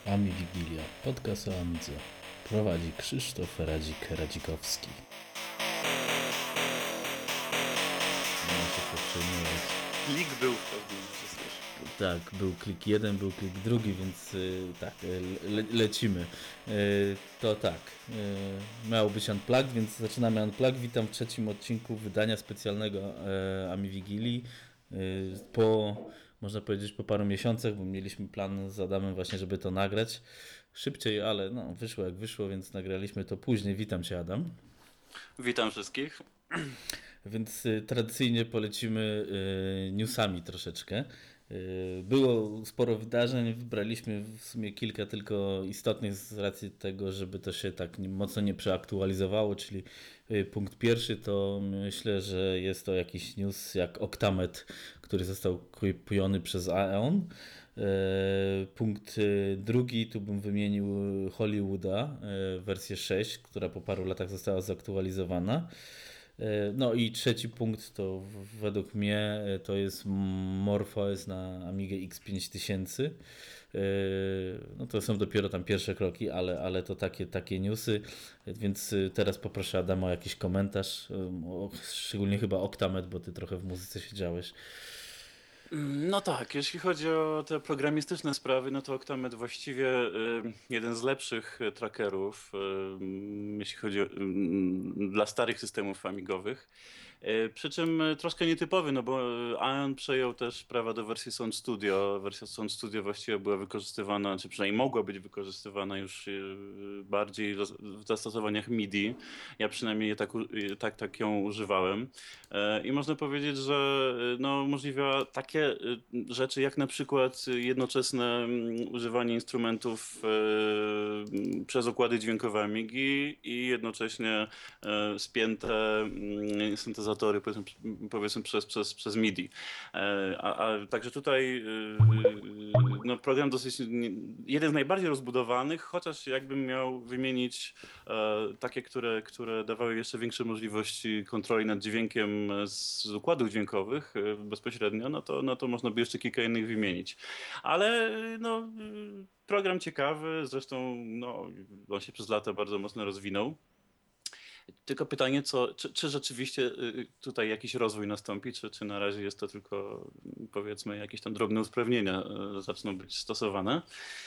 Ami Wigilia, podcast o Amidze. Prowadzi Krzysztof Radzik-Radzikowski. Nie ma się przejmować. Klik był w każdym razie. Tak, był klik jeden, był klik drugi, więc tak, lecimy. To tak, miał być Unplugged, więc zaczynamy Unplugged. Witam w trzecim odcinku wydania specjalnego Ami Wigilii. Można powiedzieć po paru miesiącach, bo mieliśmy plan z Adamem właśnie, żeby to nagrać szybciej, ale no, wyszło jak wyszło, więc nagraliśmy to później. Witam Cię, Adam. Witam wszystkich. Więc tradycyjnie polecimy newsami troszeczkę. Było sporo wydarzeń, wybraliśmy w sumie kilka tylko istotnych z racji tego, żeby to się tak mocno nie przeaktualizowało, czyli punkt pierwszy to myślę, że jest to jakiś news jak Octamet, który został kupiony przez Aeon. Punkt drugi, tu bym wymienił Hollywooda, wersję 6, która po paru latach została zaktualizowana. No i trzeci punkt to według mnie to jest MorphOS na Amigę X5000. No to są dopiero tam pierwsze kroki, ale to takie newsy, więc teraz poproszę Adama o jakiś komentarz, szczególnie chyba Octamet, bo ty trochę w muzyce siedziałeś. No tak, jeśli chodzi o te programistyczne sprawy, no to Octamet właściwie jeden z lepszych trackerów, jeśli chodzi o, dla starych systemów amigowych. Przy czym troszkę nietypowy, no bo Aeon przejął też prawa do wersji Sound Studio. Wersja Sound Studio właściwie była wykorzystywana, czy przynajmniej mogła być wykorzystywana już bardziej w zastosowaniach MIDI. Ja przynajmniej tak ją używałem. I można powiedzieć, że no, umożliwia takie rzeczy jak na przykład jednoczesne używanie instrumentów przez układy dźwiękowe Amigi i jednocześnie spięte syntezatory powiedzmy przez MIDI. Także tutaj no, program dosyć jeden z najbardziej rozbudowanych, chociaż jakbym miał wymienić takie, które dawały jeszcze większe możliwości kontroli nad dźwiękiem z układów dźwiękowych bezpośrednio, no to można by jeszcze kilka innych wymienić. Ale no, program ciekawy, zresztą no, on się przez lata bardzo mocno rozwinął. Tylko pytanie, czy rzeczywiście tutaj jakiś rozwój nastąpi, czy na razie jest to tylko powiedzmy jakieś tam drobne usprawnienia zaczną być stosowane.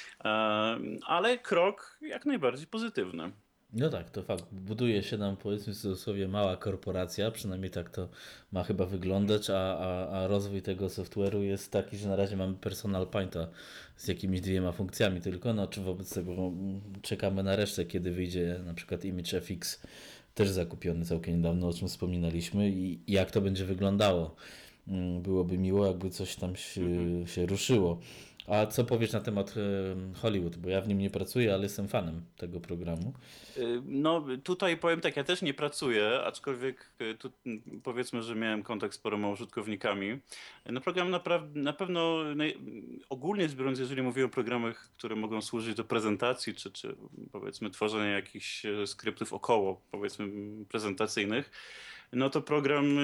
Ale krok jak najbardziej pozytywny. No tak, to fakt. Buduje się nam, powiedzmy w cudzysłowie, mała korporacja, przynajmniej tak to ma chyba wyglądać, a rozwój tego software'u jest taki, że na razie mamy personal painta z jakimiś dwiema funkcjami tylko, no czy wobec tego czekamy na resztę, kiedy wyjdzie na przykład ImageFX, też zakupiony całkiem niedawno, o czym wspominaliśmy i jak to będzie wyglądało. Byłoby miło, jakby coś tam się ruszyło. A co powiesz na temat Hollywood? Bo ja w nim nie pracuję, ale jestem fanem tego programu. No tutaj powiem tak, ja też nie pracuję, aczkolwiek tu powiedzmy, że miałem kontakt z paroma użytkownikami. No program na pewno ogólnie rzecz biorąc, jeżeli mówię o programach, które mogą służyć do prezentacji, czy powiedzmy tworzenia jakichś skryptów około powiedzmy prezentacyjnych, no to program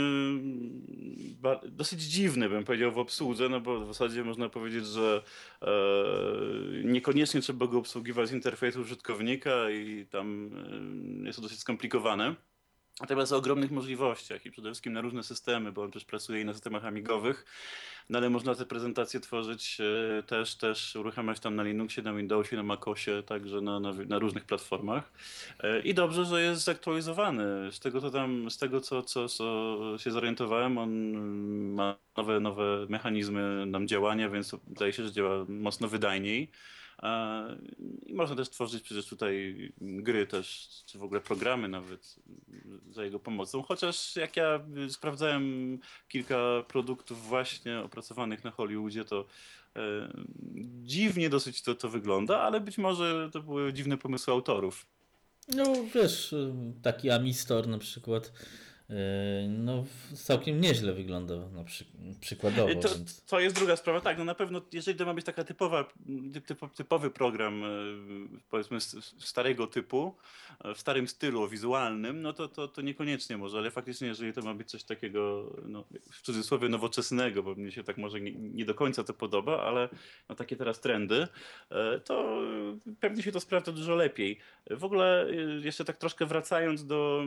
dosyć dziwny, bym powiedział, w obsłudze, no bo w zasadzie można powiedzieć, że niekoniecznie trzeba go obsługiwać z interfejsu użytkownika i tam jest to dosyć skomplikowane. Natomiast o ogromnych możliwościach i przede wszystkim na różne systemy, bo on też pracuje i na systemach amigowych, no ale można te prezentacje tworzyć też uruchamiać tam na Linuxie, na Windowsie, na MacOSie, także na różnych platformach. I dobrze, że jest zaktualizowany. Z tego co się zorientowałem, on ma nowe mechanizmy nam działania, więc wydaje się, że działa mocno wydajniej. I można też tworzyć przecież tutaj gry też, czy w ogóle programy nawet za jego pomocą. Chociaż jak ja sprawdzałem kilka produktów właśnie opracowanych na Hollywoodzie, to e, dziwnie dosyć to wygląda, ale być może to były dziwne pomysły autorów. No wiesz, taki Amistor na przykład No, całkiem nieźle wygląda przykładowo, To, więc to jest druga sprawa. Tak, no na pewno, jeżeli to ma być taka typowy program, powiedzmy starego typu, w starym stylu wizualnym, no to niekoniecznie może, ale faktycznie, jeżeli to ma być coś takiego, no, w cudzysłowie nowoczesnego, bo mnie się tak może nie do końca to podoba, ale no, takie teraz trendy, to pewnie się to sprawdza dużo lepiej. W ogóle jeszcze tak troszkę wracając do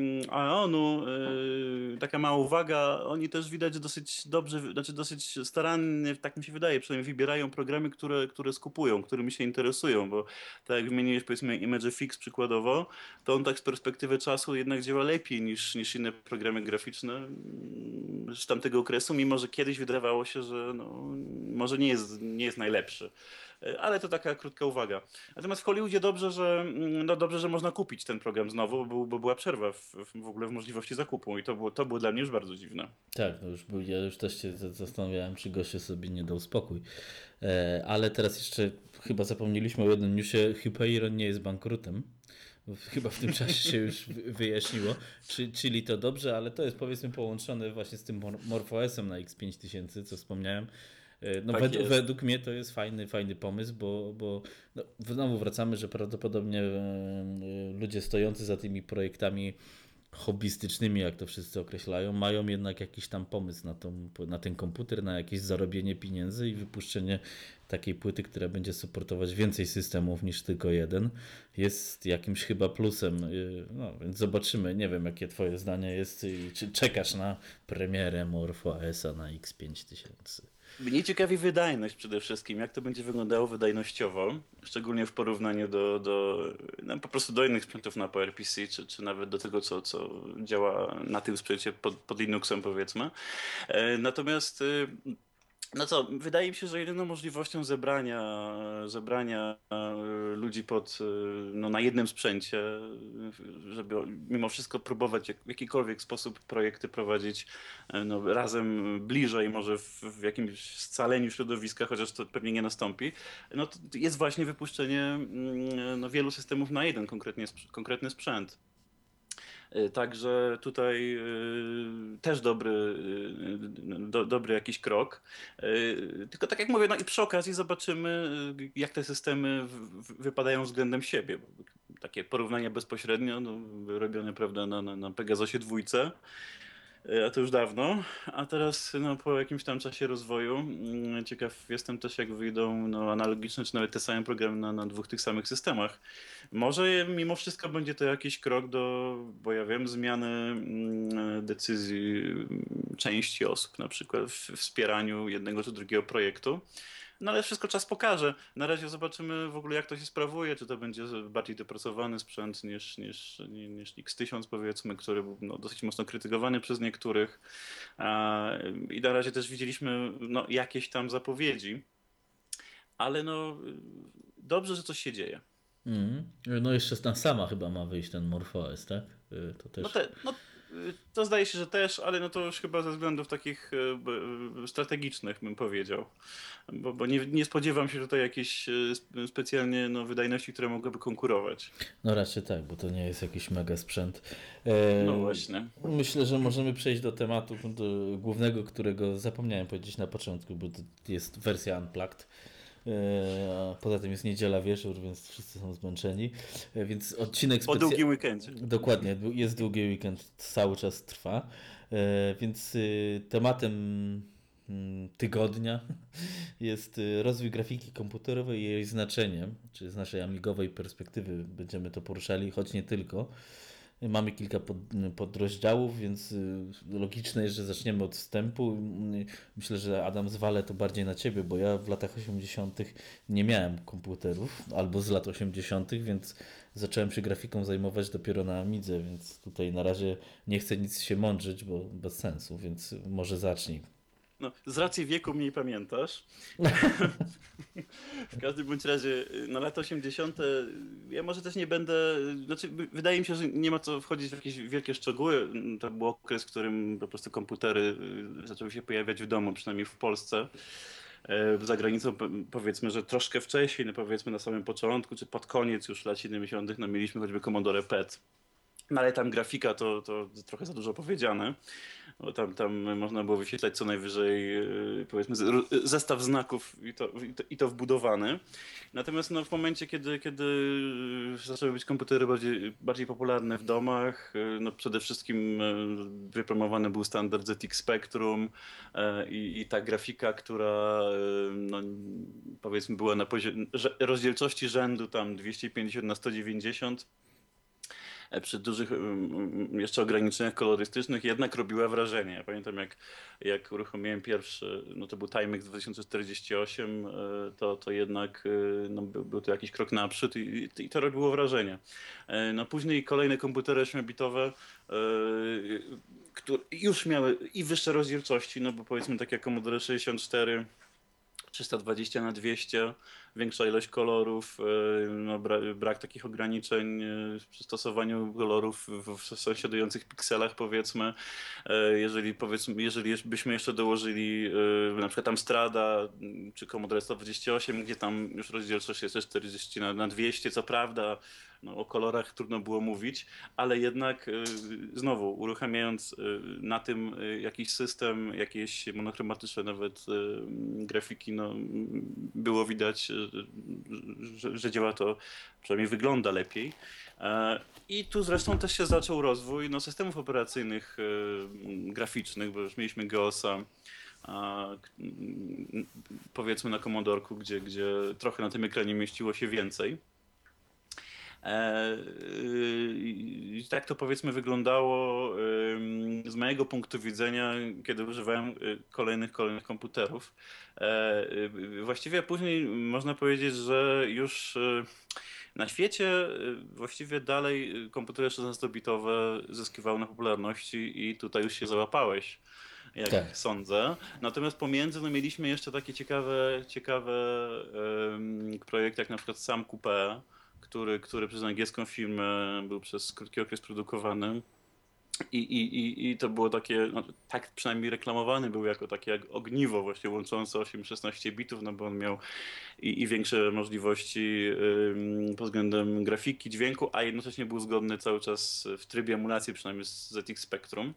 Aeonu, taka mała uwaga, oni też widać dosyć dobrze, znaczy dosyć starannie, tak mi się wydaje, przynajmniej wybierają programy, które skupują, którymi się interesują, bo tak jak wymieniłeś powiedzmy ImageFX przykładowo, to on tak z perspektywy czasu jednak działa lepiej niż inne programy graficzne z tamtego okresu, mimo że kiedyś wydawało się, że no, może nie jest najlepszy. Ale to taka krótka uwaga. Natomiast w Hollywoodzie dobrze, że można kupić ten program znowu, bo była przerwa w ogóle w możliwości zakupu i to było dla mnie już bardzo dziwne. tak, no ja już też się zastanawiałem, czy goście sobie nie dał spokój. Ale teraz jeszcze chyba zapomnieliśmy o jednym newsie. Hyperion nie jest bankrutem. Chyba w tym czasie się już wyjaśniło, czyli to dobrze, ale to jest powiedzmy połączone właśnie z tym MorphOS-em na X5000, co wspomniałem. No Tak jest. według mnie to jest fajny pomysł, bo no, znowu wracamy, że prawdopodobnie ludzie stojący za tymi projektami hobbystycznymi, jak to wszyscy określają, mają jednak jakiś tam pomysł na ten komputer, na jakieś zarobienie pieniędzy i wypuszczenie takiej płyty, która będzie supportować więcej systemów niż tylko jeden, jest jakimś chyba plusem. No, więc zobaczymy. Nie wiem, jakie twoje zdanie jest. Czy czekasz na premierę MorphOS-a na X5000? Mnie ciekawi wydajność przede wszystkim, jak to będzie wyglądało wydajnościowo, szczególnie w porównaniu no, po prostu do innych sprzętów na PowerPC, czy nawet do tego, co działa na tym sprzęcie pod Linuxem powiedzmy. Natomiast no co, wydaje mi się, że jedyną możliwością zebrania ludzi no, na jednym sprzęcie, żeby mimo wszystko próbować w jakikolwiek sposób projekty prowadzić no, razem bliżej, może w jakimś scaleniu środowiska, chociaż to pewnie nie nastąpi, no to jest właśnie wypuszczenie no, wielu systemów na jeden konkretny sprzęt. Także tutaj też dobry jakiś krok. Tylko tak jak mówię, no i przy okazji zobaczymy, jak te systemy wypadają względem siebie. Takie porównania bezpośrednio, no, robione, prawda, na Pegasusie dwójce. A to już dawno, a teraz no, po jakimś tam czasie rozwoju ciekaw jestem też jak wyjdą no, analogiczne czy nawet te same programy na dwóch tych samych systemach. Może mimo wszystko będzie to jakiś krok bo ja wiem, zmiany decyzji części osób, na przykład w wspieraniu jednego czy drugiego projektu. No ale wszystko czas pokaże. Na razie zobaczymy w ogóle jak to się sprawuje, czy to będzie bardziej dopracowany sprzęt niż X1000 powiedzmy, który był no, dosyć mocno krytykowany przez niektórych. I na razie też widzieliśmy no, jakieś tam zapowiedzi, ale no dobrze, że coś się dzieje. No jeszcze tam sama chyba ma wyjść ten MorphOS, tak? To No, też. to zdaje się, że też, ale no to już chyba ze względów takich strategicznych bym powiedział. Bo nie spodziewam się tutaj jakiejś specjalnie no, wydajności, które mogłyby konkurować. No raczej tak, bo to nie jest jakiś mega sprzęt. No właśnie. Myślę, że możemy przejść do tematu głównego, którego zapomniałem powiedzieć na początku, bo to jest wersja Unplugged. A poza tym jest niedziela wieczór, więc wszyscy są zmęczeni. Więc odcinek Po długim weekendzie. Dokładnie, jest długi weekend, cały czas trwa. Więc tematem tygodnia jest rozwój grafiki komputerowej i jej znaczenie, czy z naszej amigowej perspektywy będziemy to poruszali, choć nie tylko. Mamy kilka podrozdziałów, więc logiczne jest, że zaczniemy od wstępu. Myślę, że Adam zwalę to bardziej na ciebie, bo ja w latach 80. nie miałem komputerów, albo z lat 80., więc zacząłem się grafiką zajmować dopiero na Amidze, więc tutaj na razie nie chcę nic się mądrzyć, bo bez sensu, więc może zacznij. No, z racji wieku mniej pamiętasz. W każdym bądź razie, na lata 80. Ja może też nie będę. Znaczy, wydaje mi się, że nie ma co wchodzić w jakieś wielkie szczegóły. To był okres, w którym po prostu komputery zaczęły się pojawiać w domu, przynajmniej w Polsce. Za granicą powiedzmy, że troszkę wcześniej, no powiedzmy na samym początku, czy pod koniec już lat 70. no mieliśmy choćby Commodore PET. No ale tam grafika to trochę za dużo powiedziane, bo tam można było wyświetlać co najwyżej powiedzmy zestaw znaków i to wbudowany. Natomiast no, w momencie, kiedy zaczęły być komputery bardziej popularne w domach, no przede wszystkim wypromowany był standard ZX Spectrum i ta grafika, która no, powiedzmy była na poziomie rozdzielczości rzędu tam 250 na 190 przy dużych jeszcze ograniczeniach kolorystycznych jednak robiła wrażenie. Ja pamiętam jak uruchomiłem pierwszy, no to był Timex 2048, to jednak no, był to jakiś krok naprzód i to robiło wrażenie. No później kolejne komputery 8-bitowe, które już miały i wyższe rozdzielczości, no bo powiedzmy tak jak Commodore 64, 320 na 200, większa ilość kolorów, no brak takich ograniczeń przy stosowaniu kolorów w sąsiadujących pikselach powiedzmy. Jeżeli byśmy jeszcze dołożyli na przykład Amstrada czy Commodore 128, gdzie tam już rozdzielczość jest 40 na 200, co prawda no, o kolorach trudno było mówić, ale jednak znowu uruchamiając na tym jakiś system, jakieś monochromatyczne nawet grafiki, no, było widać, że działa to, przynajmniej wygląda lepiej. I tu zresztą też się zaczął rozwój no, systemów operacyjnych graficznych, bo już mieliśmy GEOSa, powiedzmy na Commodorku, gdzie trochę na tym ekranie mieściło się więcej. I tak to powiedzmy wyglądało z mojego punktu widzenia, kiedy używałem kolejnych komputerów. Właściwie później można powiedzieć, że już na świecie właściwie dalej komputery 16-bitowe zyskiwały na popularności i tutaj już się załapałeś, jak Tak. sądzę. Natomiast pomiędzy no, mieliśmy jeszcze takie ciekawe projekty, jak na przykład Sam Coupé, który przez angielską firmę był przez krótki okres produkowany. I to było takie, no, tak przynajmniej reklamowany był jako takie jak ogniwo właśnie łączące 8-16 bitów, no bo on miał i większe możliwości pod względem grafiki, dźwięku, a jednocześnie był zgodny cały czas w trybie emulacji, przynajmniej z ZX Spectrum.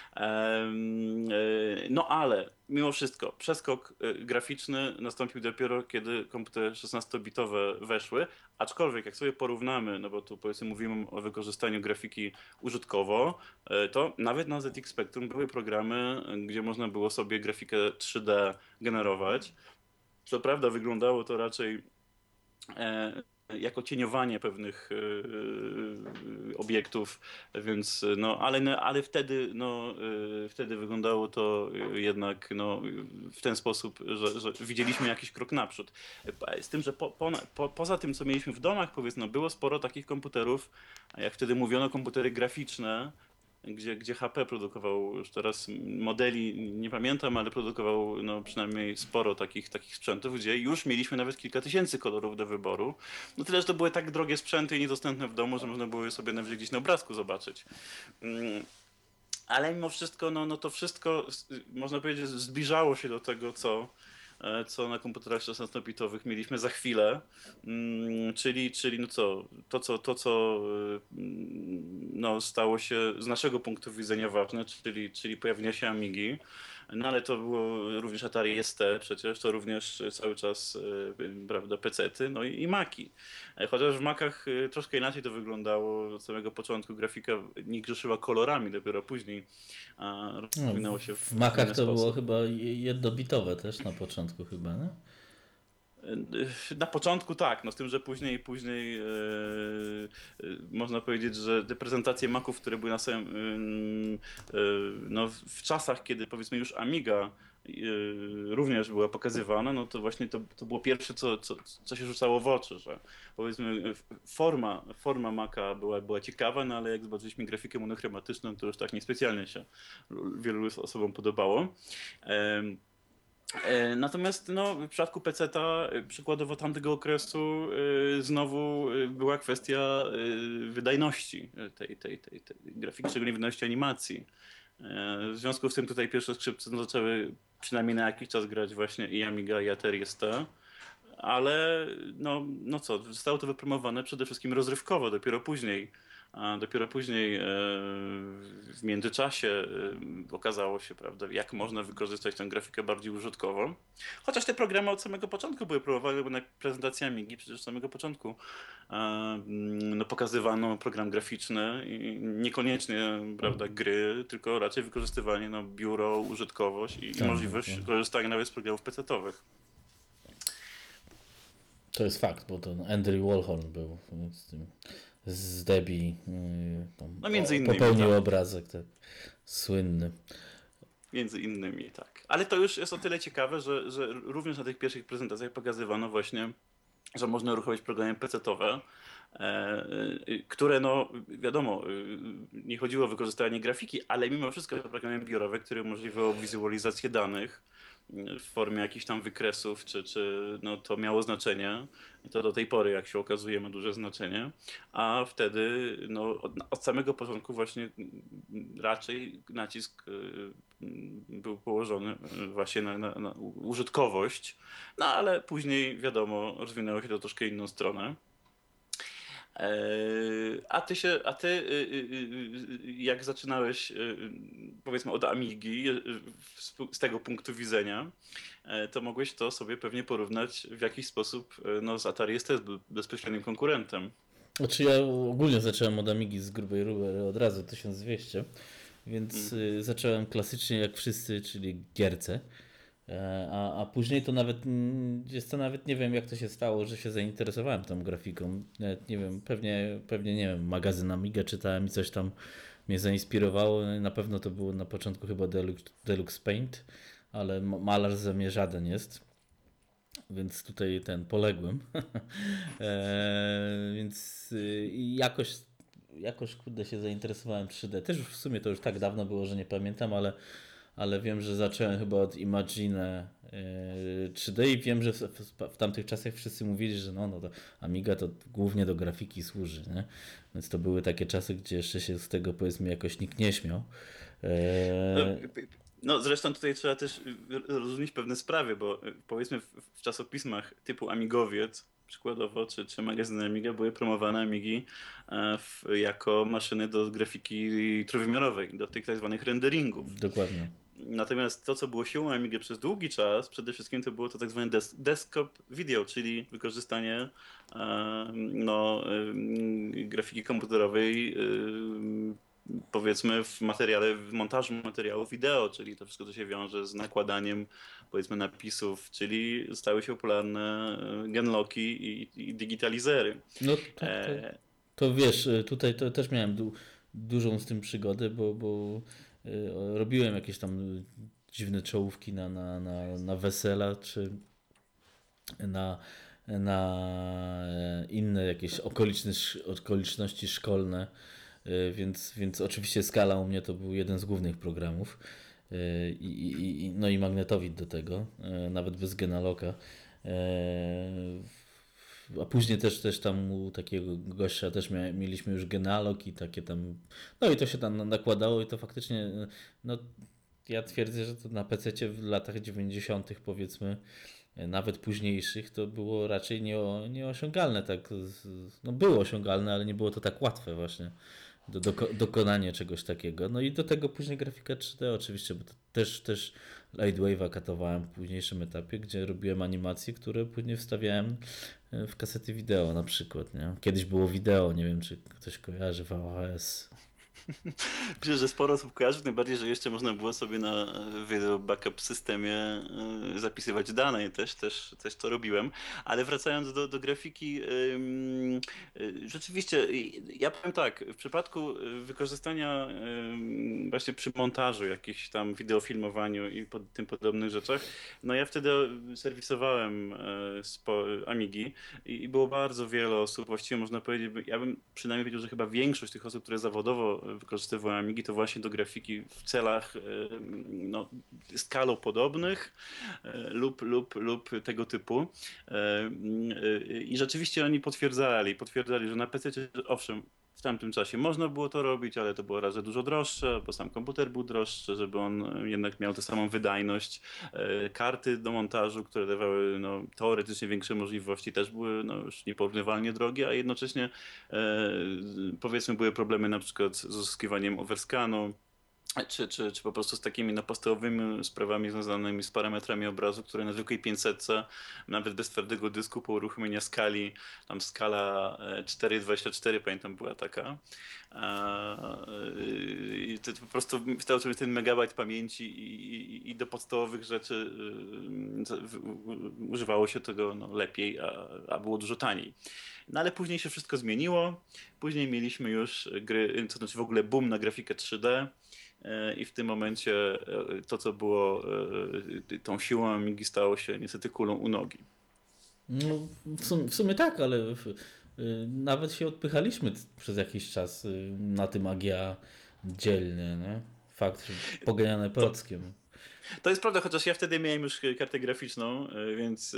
No ale mimo wszystko przeskok graficzny nastąpił dopiero kiedy komputery 16-bitowe weszły, aczkolwiek jak sobie porównamy, no bo tu powiedzmy mówimy o wykorzystaniu grafiki użytkowo, to nawet na ZX Spectrum były programy, gdzie można było sobie grafikę 3D generować. Co prawda wyglądało to raczej jako cieniowanie pewnych obiektów, więc no, ale wtedy, no, wtedy wyglądało to jednak no, w ten sposób, że widzieliśmy jakiś krok naprzód. Z tym, że poza tym, co mieliśmy w domach, powiedzmy, no, było sporo takich komputerów, jak wtedy mówiono, komputery graficzne, gdzie HP produkował już teraz modeli, nie pamiętam, ale produkował no, przynajmniej sporo takich sprzętów, gdzie już mieliśmy nawet kilka tysięcy kolorów do wyboru. No tyle, że to były tak drogie sprzęty i niedostępne w domu, że można było je sobie nawet gdzieś na obrazku zobaczyć. Ale mimo wszystko, no to wszystko, można powiedzieć, zbliżało się do tego, co na komputerach 16-bitowych mieliśmy za chwilę, czyli no co, to co no, stało się z naszego punktu widzenia ważne, czyli pojawienie się Amigi, no ale to było również Atari ST przecież, to również cały czas, prawda, PC-ty, no i Maki. Chociaż w Macach troszkę inaczej to wyglądało, od samego początku grafika nie grzeszyła kolorami, dopiero później No, rozwinęło się w w Macach inny to było sposób. chyba jednobitowe też na początku chyba, nie? Na początku tak, no z tym, że później można powiedzieć, że te prezentacje Maców, które były na samym, no w czasach, kiedy powiedzmy już Amiga również była pokazywana, no to właśnie to było pierwsze, co się rzucało w oczy, że powiedzmy forma Maca była ciekawa, no ale jak zobaczyliśmy grafikę monochromatyczną, to już tak niespecjalnie się wielu osobom podobało. Natomiast no, w przypadku PC-ta przykładowo tamtego okresu znowu była kwestia wydajności tej grafiki, szczególnie wydajności animacji. W związku z tym tutaj pierwsze skrzypce no, zaczęły przynajmniej na jakiś czas grać właśnie i Amiga i Atari ST, ale no co, zostało to wypromowane przede wszystkim rozrywkowo, dopiero później A dopiero później w międzyczasie okazało się, prawda, jak można wykorzystać tę grafikę bardziej użytkowo. Chociaż te programy od samego początku były próbowane, bo na prezentacji Amigi przecież od samego początku no, pokazywano program graficzny i niekoniecznie, prawda, gry, tylko raczej wykorzystywanie no, biuro, użytkowość i Tak, możliwość korzystania nawet z programów PC-towych. to jest fakt, bo to Andy Warhol był z tym, z Debbie, tam No między innymi, popełnił tak. obrazek, tak, słynny. Między innymi, tak. Ale to już jest o tyle ciekawe, że również na tych pierwszych prezentacjach pokazywano właśnie, że można uruchomić programy PC-towe, które, no wiadomo, nie chodziło o wykorzystanie grafiki, ale mimo wszystko to programy biurowe, które umożliwiało wizualizację danych w formie jakichś tam wykresów, czy no, to miało znaczenie. I to do tej pory, jak się okazuje, ma duże znaczenie. A wtedy no, od samego początku właśnie raczej nacisk był położony właśnie na użytkowość. No ale później, wiadomo, rozwinęło się to troszkę inną stronę. Jak zaczynałeś, powiedzmy od Amigi, z tego punktu widzenia, to mogłeś to sobie pewnie porównać w jakiś sposób no, z Atari ST, bezpośrednim konkurentem. Znaczy ja ogólnie zacząłem od Amigi z grubej rury od razu 1200, więc zacząłem klasycznie jak wszyscy, czyli gierce. A później to nawet, jest to nawet nie wiem jak to się stało, że się zainteresowałem tą grafiką. Nawet nie wiem, pewnie nie wiem, magazyn Amiga czytałem i coś tam mnie zainspirowało. Na pewno to było na początku chyba Deluxe Paint, ale malarz ze mnie żaden jest. Więc tutaj ten poległem. Więc jakoś kurde się zainteresowałem 3D. Też już w sumie to już tak dawno było, że nie pamiętam, ale wiem, że zacząłem chyba od Imagine 3D i wiem, że w tamtych czasach wszyscy mówili, że no to Amiga to głównie do grafiki służy, nie? Więc to były takie czasy, gdzie jeszcze się z tego powiedzmy jakoś nikt nie śmiał. No, E, no zresztą tutaj trzeba też rozróżnić pewne sprawy, bo powiedzmy w czasopismach typu Amigowiec przykładowo, czy magazyny Amiga były promowane Amigi jako maszyny do grafiki trójwymiarowej, do tych tak zwanych renderingów. Dokładnie. Natomiast to, co było siłą Amigi przez długi czas, przede wszystkim to było to tak zwane desktop video, czyli wykorzystanie no, grafiki komputerowej powiedzmy w materiale, w montażu materiału wideo, czyli to wszystko, co się wiąże z nakładaniem powiedzmy napisów, czyli stały się popularne genlocki i digitalizery. No tak, E, to wiesz, tutaj to też miałem dużą z tym przygodę, bo robiłem jakieś tam dziwne czołówki na wesela, czy na, na inne jakieś okoliczności szkolne, więc oczywiście Skala u mnie to był jeden z głównych programów. No i magnetowid do tego, nawet bez Genaloka. A później też tam u takiego gościa też mieliśmy już Genalog i takie tam, no i to się tam nakładało i to faktycznie, no ja twierdzę, że to na PC w latach 90. powiedzmy, nawet późniejszych, to było raczej nieosiągalne. Tak, no było osiągalne, ale nie było to tak łatwe właśnie dokonanie czegoś takiego. No i do tego później grafika 3D oczywiście, bo to też Lightwave'a katowałem w późniejszym etapie, gdzie robiłem animacje, które później wstawiałem w kasety wideo na przykład. Nie? Kiedyś było wideo, nie wiem czy ktoś kojarzy VHS. Myślę, że sporo osób kojarzy, tym bardziej, że jeszcze można było sobie na video backup systemie zapisywać dane i też to robiłem. Ale wracając do grafiki, rzeczywiście, ja powiem tak, w przypadku wykorzystania właśnie przy montażu, jakichś tam wideofilmowaniu i tym podobnych rzeczach, no ja wtedy serwisowałem Amigi i było bardzo wiele osób, właściwie można powiedzieć, ja bym przynajmniej powiedział, że chyba większość tych osób, które zawodowo wykorzystywały Amigi, to właśnie do grafiki w celach no, skalopodobnych lub tego typu. I rzeczywiście oni potwierdzali, że na PC, owszem, w tamtym czasie można było to robić, ale to było razy dużo droższe, bo sam komputer był droższy, żeby on jednak miał tę samą wydajność. Karty do montażu, które dawały no, teoretycznie większe możliwości, też były no, już nieporównywalnie drogie, a jednocześnie powiedzmy były problemy na przykład z uzyskiwaniem overscanu, czy po prostu z takimi no, podstawowymi sprawami związanymi z parametrami obrazu, które na zwykłej 500, nawet bez twardego dysku po uruchomieniu skali, tam skala 4:24 pamiętam była taka. I to po prostu wystarczył ten megabajt pamięci i do podstawowych rzeczy używało się tego no, lepiej, a było dużo taniej. No ale później się wszystko zmieniło. Później mieliśmy już gry, to znaczy w ogóle boom na grafikę 3D. I w tym momencie to, co było tą siłą Amigi, stało się niestety kulą u nogi. No, w sumie tak, ale nawet się odpychaliśmy przez jakiś czas na tym AGA dzielnie, nie? Fakt, że poganiane To, Prockiem. to jest prawda, chociaż ja wtedy miałem już kartę graficzną, więc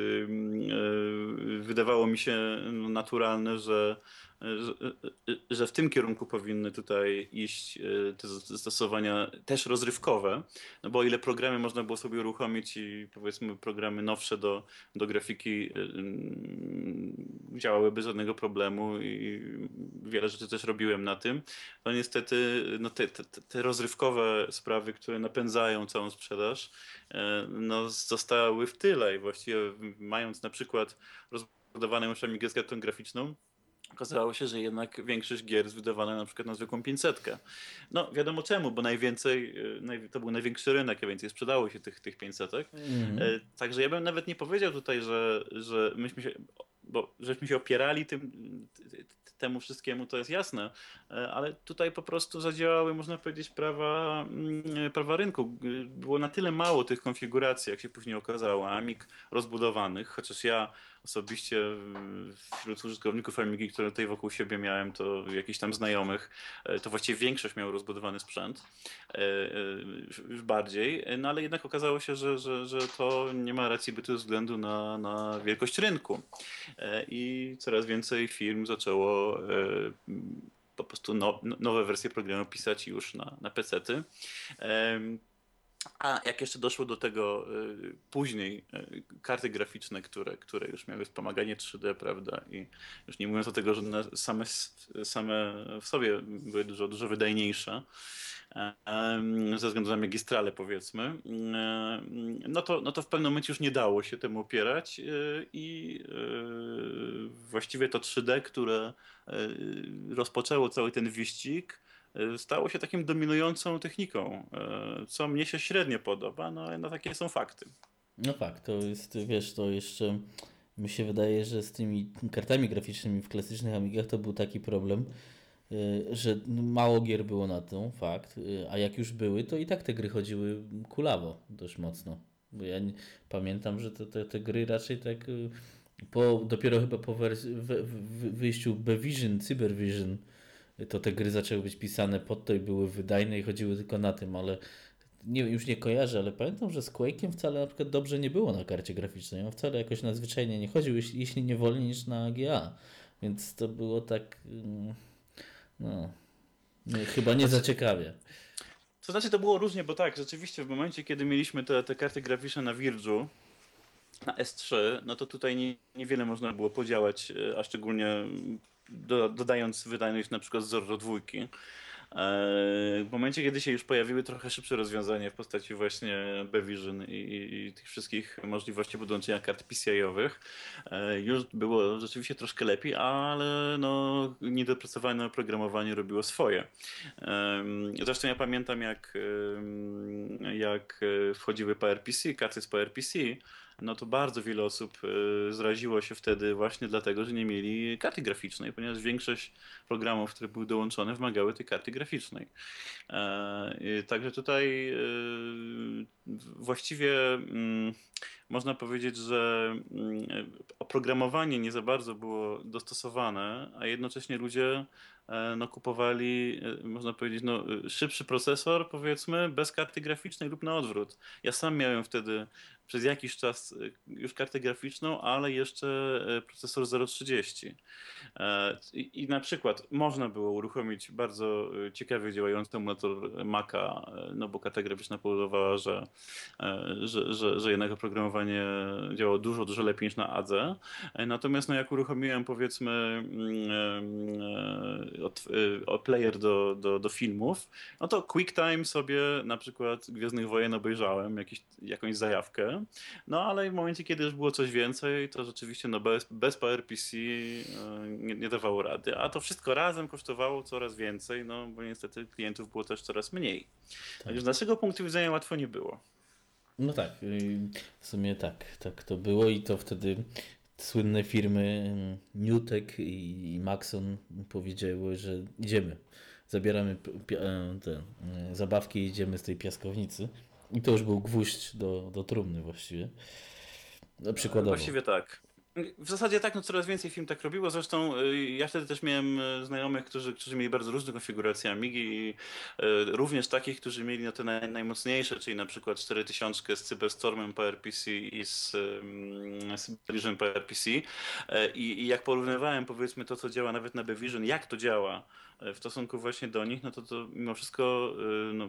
wydawało mi się no, naturalne, że w tym kierunku powinny tutaj iść te zastosowania też rozrywkowe, no bo o ile programy można było sobie uruchomić i powiedzmy programy nowsze do grafiki działały bez żadnego problemu i wiele rzeczy też robiłem na tym, to niestety no te rozrywkowe sprawy, które napędzają całą sprzedaż, no zostały w tyle i właściwie mając na przykład rozbudowaną już Amigę z kartą graficzną, okazało się, że jednak większość gier jest wydawana na przykład na zwykłą 500. No wiadomo czemu, bo najwięcej, to był największy rynek, a więcej sprzedało się tych 500. Mhm. Także ja bym nawet nie powiedział tutaj, że myśmy się, bo żeśmy się opierali temu wszystkiemu, to jest jasne, ale tutaj po prostu zadziałały, można powiedzieć, prawa rynku. Było na tyle mało tych konfiguracji, jak się później okazało, Amig rozbudowanych, chociaż ja osobiście wśród użytkowników Amigi, które tutaj wokół siebie miałem, to jakichś tam znajomych, to właściwie większość miał rozbudowany sprzęt już bardziej, no ale jednak okazało się, że to nie ma racji bytu ze względu na wielkość rynku. I coraz więcej firm zaczęło po prostu nowe wersje programu pisać już na PC-ty. A jak jeszcze doszło do tego później karty graficzne, które już miały wspomaganie 3D, prawda? I już nie mówiąc o tego, że one same w sobie były dużo wydajniejsze, ze względu na magistrale powiedzmy, no to w pewnym momencie już nie dało się temu opierać i właściwie to 3D, które rozpoczęło cały ten wyścig, stało się takim dominującą techniką, co mnie się średnio podoba, no ale no takie są fakty. No fakt, to jest, wiesz, to jeszcze mi się wydaje, że z tymi kartami graficznymi w klasycznych Amigach to był taki problem, że mało gier było na to, fakt, a jak już były, to i tak te gry chodziły kulawo dość mocno. Bo ja pamiętam, że te gry raczej tak dopiero chyba po wyjściu Bevision, Cybervision, to te gry zaczęły być pisane pod to i były wydajne i chodziły tylko na tym, ale już nie kojarzę, ale pamiętam, że z Quake'iem wcale na przykład dobrze nie było na karcie graficznej. On wcale jakoś nadzwyczajnie nie chodził, jeśli nie wolniej niż na GA. Więc to było tak, no, chyba nie Znaczy, zaciekawia. to znaczy to było różnie, bo tak, rzeczywiście w momencie, kiedy mieliśmy te karty graficzne na Virg'u, na S3, no to tutaj niewiele można było podziałać, a szczególnie dodając wydajność na przykład z Zorro 2. W momencie, kiedy się już pojawiły trochę szybsze rozwiązania w postaci właśnie Bevision i tych wszystkich możliwości podłączenia kart PCI-owych, już było rzeczywiście troszkę lepiej, ale no, niedopracowane oprogramowanie robiło swoje. Zresztą ja pamiętam, jak wchodziły PowerPC, karty z PowerPC, no to bardzo wiele osób zraziło się wtedy właśnie dlatego, że nie mieli karty graficznej, ponieważ większość programów, które były dołączone, wymagały tej karty graficznej. Także tutaj właściwie można powiedzieć, że oprogramowanie nie za bardzo było dostosowane, a jednocześnie ludzie no, kupowali, można powiedzieć, no, szybszy procesor, powiedzmy, bez karty graficznej lub na odwrót. Ja sam miałem wtedy przez jakiś czas już kartę graficzną, ale jeszcze procesor 0,30. I na przykład można było uruchomić bardzo ciekawie działający emulator Maca, no bo karta graficzna powodowała, że jednak oprogramowanie działało dużo, dużo lepiej niż na Adze. Natomiast no jak uruchomiłem powiedzmy player do filmów, no to QuickTime sobie na przykład Gwiezdnych Wojen obejrzałem, jakąś zajawkę. No ale w momencie, kiedy już było coś więcej, to rzeczywiście no bez PowerPC nie dawało rady. A to wszystko razem kosztowało coraz więcej, no bo niestety klientów było też coraz mniej. Tak. Także z naszego punktu widzenia łatwo nie było. No tak, w sumie tak to było i to wtedy słynne firmy Newtek i Maxon powiedziały, że idziemy, zabieramy te zabawki i idziemy z tej piaskownicy. I to już był gwóźdź do trumny właściwie. No, przykładowo. Właściwie tak. W zasadzie tak, no coraz więcej firm tak robiło. Zresztą ja wtedy też miałem znajomych, którzy mieli bardzo różne konfiguracje Amigi i również takich, którzy mieli no te najmocniejsze, czyli na przykład 4000 z Cyberstormem PowerPC i z Bevision PowerPC. I jak porównywałem powiedzmy to, co działa nawet na Bevision, jak to działa w stosunku właśnie do nich, no to mimo wszystko no,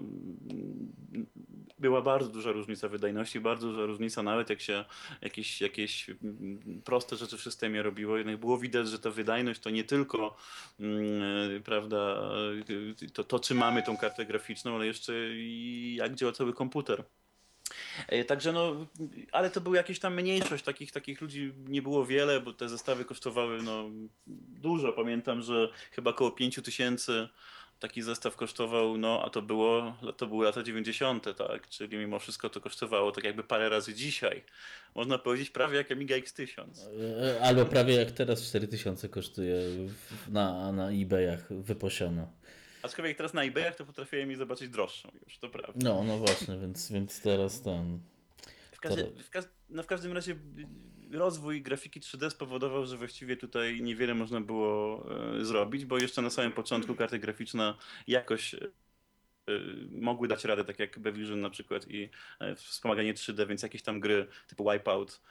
była bardzo duża różnica wydajności, bardzo duża różnica nawet jak się jakieś proste rzeczy w systemie robiło, jednak było widać, że ta wydajność to nie tylko prawda, to czy mamy tą kartę graficzną, ale jeszcze i jak działa cały komputer. Także no, ale to była jakaś tam mniejszość, takich ludzi nie było wiele, bo te zestawy kosztowały no, dużo. Pamiętam, że chyba około 5000 taki zestaw kosztował, no a to były lata 90., tak? Czyli mimo wszystko to kosztowało tak jakby parę razy dzisiaj. Można powiedzieć prawie jak Amiga X1000. Albo prawie jak teraz 4000 kosztuje na eBayach wyposiona. Aczkolwiek teraz na eBayach to potrafiłem mi zobaczyć droższą już, to prawda. No właśnie, więc teraz ten. Teraz, No w każdym razie rozwój grafiki 3D spowodował, że właściwie tutaj niewiele można było zrobić, bo jeszcze na samym początku karty graficzne jakoś mogły dać radę, tak jak Bevision na przykład i wspomaganie 3D, więc jakieś tam gry typu Wipeout,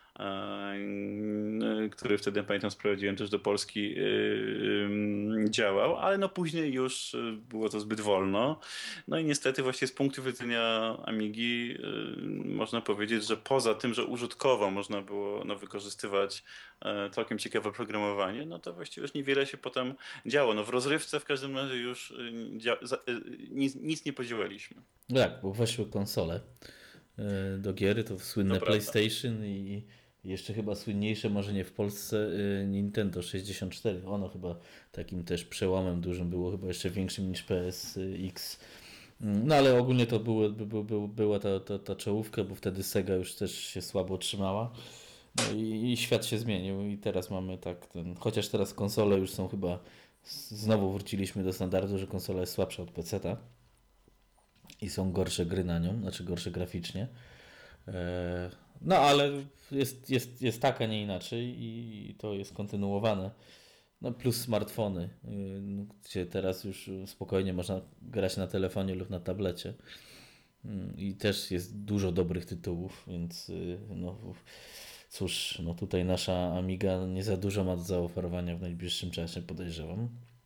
który wtedy pamiętam sprowadziłem też do Polski, działał, ale no później już było to zbyt wolno. No i niestety właśnie z punktu widzenia Amigi można powiedzieć, że poza tym, że użytkowo można było no, wykorzystywać całkiem ciekawe oprogramowanie, no to właściwie już niewiele się potem działo. No w rozrywce w każdym razie już nic nie podziałaliśmy. tak, bo weszły konsole do gier, to To słynne prawda. PlayStation i jeszcze chyba słynniejsze, może nie w Polsce, Nintendo 64. Ono chyba takim też przełomem dużym było, chyba jeszcze większym niż PSX. No ale ogólnie to była ta czołówka, bo wtedy Sega już też się słabo trzymała. No i świat się zmienił i teraz mamy tak chociaż teraz konsole już są chyba, znowu wróciliśmy do standardu, że konsola jest słabsza od PC-ta i są gorsze gry na nią, znaczy gorsze graficznie. No ale jest tak, a nie inaczej i to jest kontynuowane. No plus smartfony, gdzie teraz już spokojnie można grać na telefonie lub na tablecie. I też jest dużo dobrych tytułów, więc no cóż, no tutaj nasza Amiga nie za dużo ma do zaoferowania w najbliższym czasie, podejrzewam.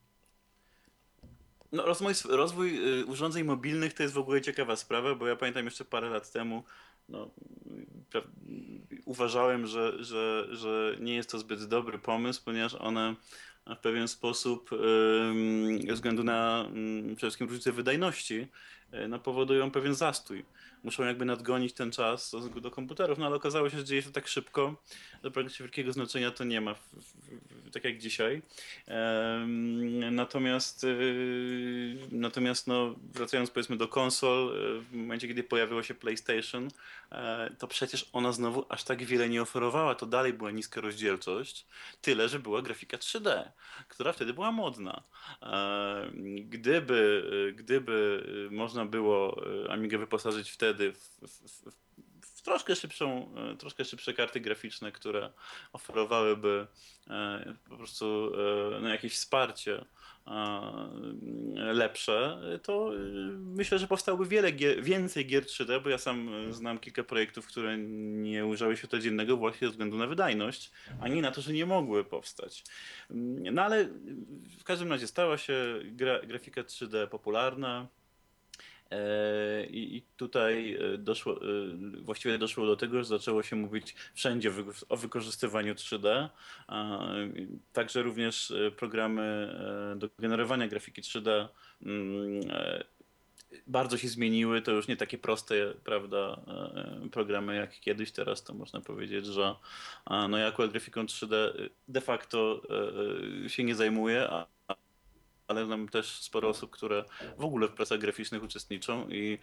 No, rozwój urządzeń mobilnych to jest w ogóle ciekawa sprawa, bo ja pamiętam jeszcze parę lat temu, no, pra- uważałem, że nie jest to zbyt dobry pomysł, ponieważ one w pewien sposób, ze względu na przede wszystkim różnicę wydajności, no, powodują pewien zastój. Muszą jakby nadgonić ten czas w stosunku do komputerów, no ale okazało się, że dzieje się to tak szybko, że praktycznie wielkiego znaczenia to nie ma, tak jak dzisiaj. Natomiast no, wracając powiedzmy do konsol, w momencie kiedy pojawiło się PlayStation, to przecież ona znowu aż tak wiele nie oferowała. To dalej była niska rozdzielczość, tyle że była grafika 3D, która wtedy była modna. Gdyby można było Amigę wyposażyć wtedy w troszkę szybsze karty graficzne, które oferowałyby po prostu no, jakieś wsparcie lepsze, to myślę, że powstałoby więcej gier 3D, bo ja sam znam kilka projektów, które nie ujrzały światła dziennego właśnie ze względu na wydajność, a nie na to, że nie mogły powstać. No ale w każdym razie stała się grafika 3D popularna. I tutaj właściwie doszło do tego, że zaczęło się mówić wszędzie o wykorzystywaniu 3D. Także również programy do generowania grafiki 3D bardzo się zmieniły. To już nie takie proste, prawda, programy jak kiedyś. Teraz to można powiedzieć, że no ja akurat grafiką 3D de facto się nie zajmuję, ale znam też sporo osób, które w ogóle w pracach graficznych uczestniczą i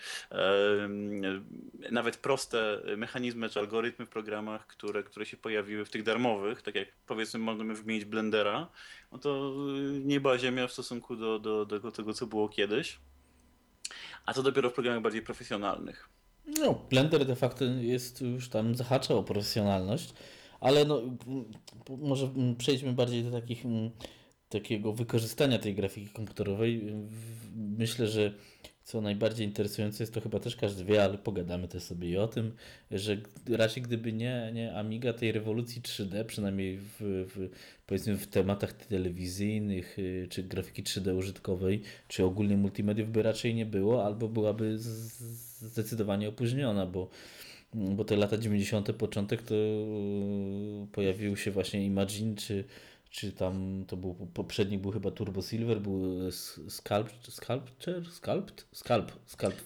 nawet proste mechanizmy czy algorytmy w programach, które się pojawiły w tych darmowych, tak jak powiedzmy możemy wymienić Blendera, no to nieba ziemia w stosunku do tego, co było kiedyś, a to dopiero w programach bardziej profesjonalnych. No, Blender de facto jest już tam zahacza o profesjonalność, ale no, może przejdźmy bardziej do takiego wykorzystania tej grafiki komputerowej. Myślę, że co najbardziej interesujące jest, to chyba też każdy wie, ale pogadamy też sobie i o tym, że raczej gdyby nie Amiga tej rewolucji 3D, przynajmniej powiedzmy w tematach telewizyjnych, czy grafiki 3D użytkowej, czy ogólnie multimediów by raczej nie było, albo byłaby zdecydowanie opóźniona, bo te lata 90. początek to pojawił się właśnie Imagine, czy tam to był poprzedni był chyba Turbo Silver, był Sculpt.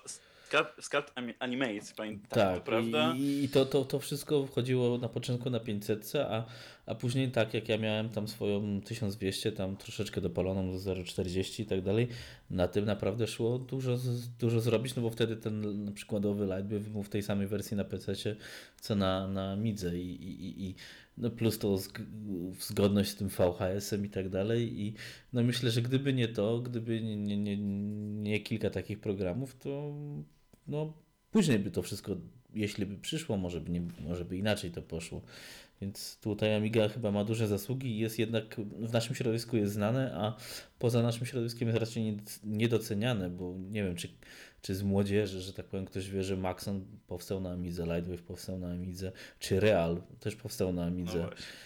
Animates, tak, to Tak, prawda. i to wszystko wchodziło na początku na 500, a później tak jak ja miałem tam swoją 1200, tam troszeczkę dopaloną do 0,40 i tak dalej, na tym naprawdę szło dużo zrobić, no bo wtedy ten przykładowy Light był w tej samej wersji na PC co na Midze i no plus to zgodność z tym VHS-em i tak dalej i no myślę, że gdyby nie to, gdyby nie kilka takich programów, to no później by to wszystko, jeśli by przyszło, może by inaczej to poszło. Więc tutaj Amiga chyba ma duże zasługi i jest jednak w naszym środowisku jest znane, a poza naszym środowiskiem jest raczej niedoceniane, bo nie wiem, czy z młodzieży, że tak powiem, ktoś wie, że Maxon powstał na Amidze, Lightwave powstał na Amidze, czy Real też powstał na No Amidze. właśnie.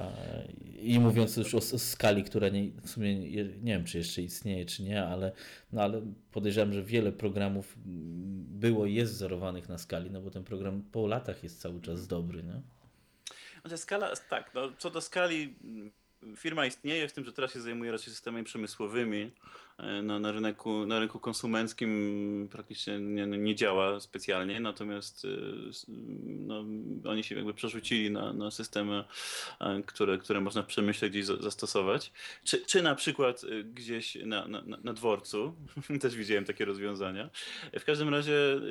I mówiąc już o skali, która w sumie nie wiem, czy jeszcze istnieje, czy nie, ale podejrzewam, że wiele programów było i jest wzorowanych na skali, no bo ten program po latach jest cały czas dobry, nie? Znaczy skala, tak, no, co do skali, firma istnieje, w tym, że teraz się zajmuje raczej systemami przemysłowymi. Na rynku konsumenckim praktycznie nie działa specjalnie, natomiast no, oni się jakby przerzucili na systemy, które można w przemyśle gdzieś zastosować. Czy na przykład gdzieś na dworcu, też widziałem takie rozwiązania. W każdym razie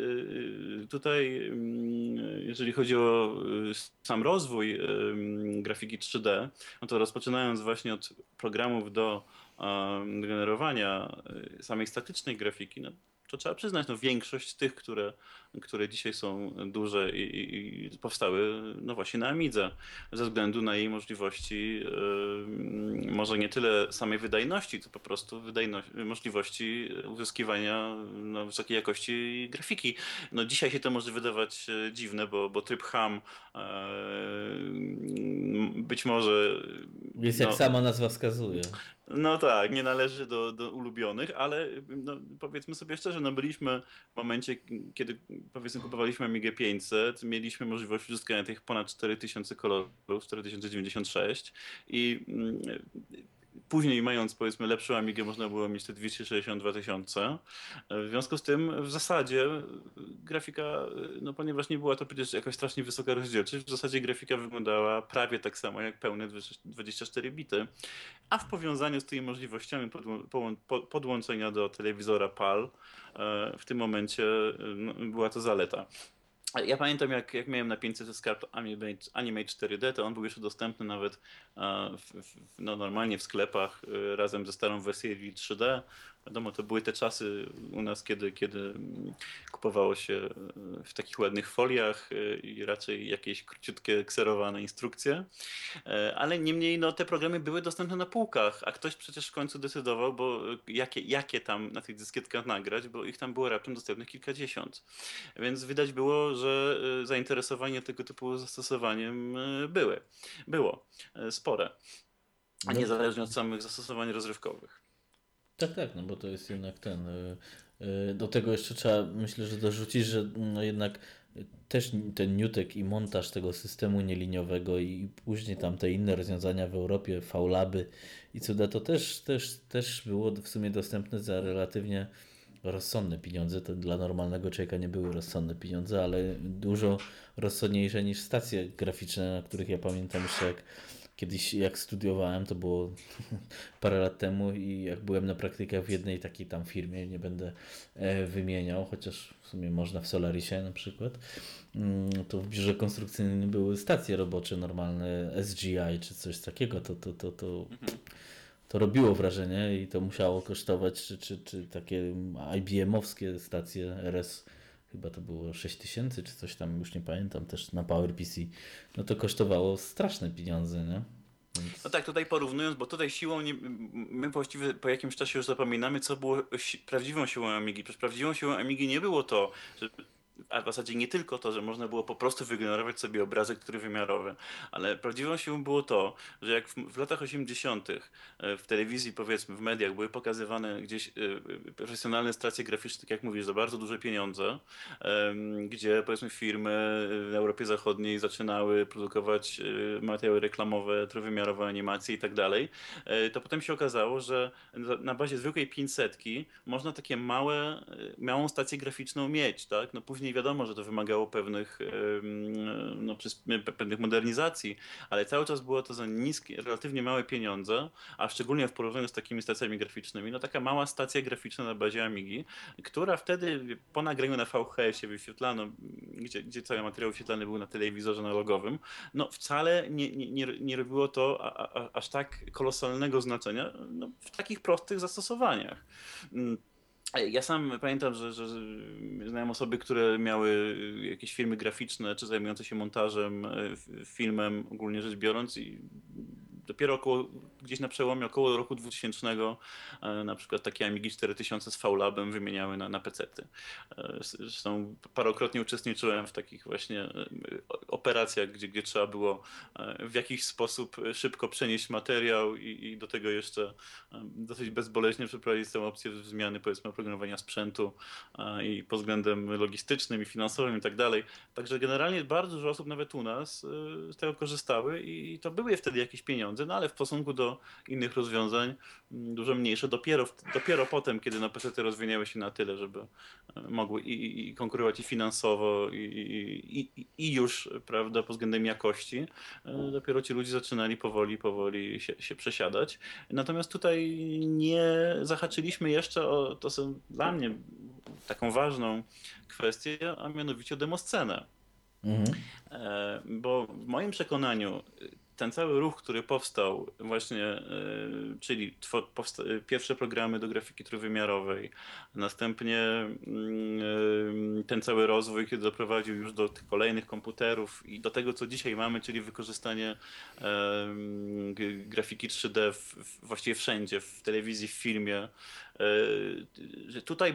tutaj, jeżeli chodzi o sam rozwój grafiki 3D, no to rozpoczynając właśnie od programów do generowania samej statycznej grafiki, no, to trzeba przyznać, no, większość tych, które dzisiaj są duże i powstały no właśnie na Amidze, ze względu na jej możliwości, może nie tyle samej wydajności, co po prostu możliwości uzyskiwania no, wysokiej jakości grafiki. No, dzisiaj się to może wydawać dziwne, bo tryb HAM być może Jest jak no, sama nazwa wskazuje. no tak, nie należy do ulubionych, ale no, powiedzmy sobie szczerze, no byliśmy w momencie, kiedy powiedzmy kupowaliśmy Amigę 500, mieliśmy możliwość uzyskania tych ponad 4000 kolorów, 4096 i później mając powiedzmy lepszą Amigę można było mieć te 262 tysiące. W związku z tym w zasadzie grafika, no ponieważ nie była to przecież jakaś strasznie wysoka rozdzielczość, w zasadzie grafika wyglądała prawie tak samo jak pełne 24 bity. A w powiązaniu z tymi możliwościami podłączenia do telewizora PAL, w tym momencie no, była to zaleta. Ja pamiętam, jak miałem na 500 Sculpt Animate 4D, to on był jeszcze dostępny nawet no, normalnie w sklepach razem ze starą wersją 3D. Wiadomo, to były te czasy u nas, kiedy kupowało się w takich ładnych foliach i raczej jakieś króciutkie kserowane instrukcje. Ale niemniej no, te programy były dostępne na półkach, a ktoś przecież w końcu decydował, bo jakie tam na tych dyskietkach nagrać, bo ich tam było raptem dostępnych kilkadziesiąt. Więc widać było, że zainteresowanie tego typu zastosowaniem było spore, a No, niezależnie od samych zastosowań rozrywkowych. tak, tak, no bo to jest jednak do tego jeszcze trzeba, myślę, że dorzucić, że no jednak też ten Newtek i montaż tego systemu nieliniowego i później tam te inne rozwiązania w Europie, V-Laby i cuda, to też było w sumie dostępne za relatywnie rozsądne pieniądze. To dla normalnego człowieka nie były rozsądne pieniądze, ale dużo rozsądniejsze niż stacje graficzne, na których ja pamiętam jeszcze kiedyś jak studiowałem, to było parę lat temu i jak byłem na praktykach w jednej takiej tam firmie, nie będę wymieniał, chociaż w sumie można w Solarisie na przykład, to w biurze konstrukcyjnym były stacje robocze normalne, SGI czy coś takiego, to robiło wrażenie i to musiało kosztować, czy takie IBM-owskie stacje RS, chyba to było 6000 czy coś tam, już nie pamiętam, też na PowerPC, no to kosztowało straszne pieniądze, nie? No Więc... tak, tutaj porównując, bo tutaj siłą, my właściwie po jakimś czasie już zapominamy, co było prawdziwą siłą Amigi. Przecież prawdziwą siłą Amigi nie było to, że a w zasadzie nie tylko to, że można było po prostu wygenerować sobie obrazek trójwymiarowy, ale prawdziwą siłą było to, że jak w latach 80. W telewizji, powiedzmy, w mediach były pokazywane gdzieś profesjonalne stacje graficzne, tak jak mówisz, za bardzo duże pieniądze, gdzie powiedzmy firmy w Europie Zachodniej zaczynały produkować materiały reklamowe, trójwymiarowe animacje i tak dalej, to potem się okazało, że na bazie zwykłej 500 można takie małą stację graficzną mieć, tak? No później wiadomo, że to wymagało pewnych modernizacji, ale cały czas było to za niskie, relatywnie małe pieniądze, a szczególnie w porównaniu z takimi stacjami graficznymi, no taka mała stacja graficzna na bazie Amigi, która wtedy po nagraniu na VHS-ie wyświetlano, gdzie cały materiał wyświetlany był na telewizorze analogowym, no wcale nie robiło to aż tak kolosalnego znaczenia no, w takich prostych zastosowaniach. Ja sam pamiętam, że znałem osoby, które miały jakieś firmy graficzne, czy zajmujące się montażem, filmem, ogólnie rzecz biorąc, i dopiero gdzieś na przełomie około roku 2000 na przykład takie Amigi 4000 z V-Labem wymieniały na PC-ty. Zresztą parokrotnie uczestniczyłem w takich właśnie operacjach, gdzie trzeba było w jakiś sposób szybko przenieść materiał i do tego jeszcze dosyć bezboleśnie przeprowadzić całą opcję zmiany, powiedzmy, oprogramowania sprzętu i pod względem logistycznym i finansowym i tak dalej. Także generalnie bardzo dużo osób nawet u nas z tego korzystały i to były wtedy jakieś pieniądze, no ale w stosunku do innych rozwiązań dużo mniejsze. Dopiero potem, kiedy no PC rozwinęły się na tyle, żeby mogły i konkurować i finansowo i już, prawda, pod względem jakości, dopiero ci ludzie zaczynali powoli się przesiadać. Natomiast tutaj nie zahaczyliśmy jeszcze o, to są dla mnie taką ważną kwestię, a mianowicie o demoscenę. Mhm. Bo w moim przekonaniu ten cały ruch, który powstał właśnie, czyli pierwsze programy do grafiki trójwymiarowej, następnie ten cały rozwój, kiedy doprowadził już do tych kolejnych komputerów i do tego, co dzisiaj mamy, czyli wykorzystanie grafiki 3D właściwie wszędzie, w telewizji, w filmie, że tutaj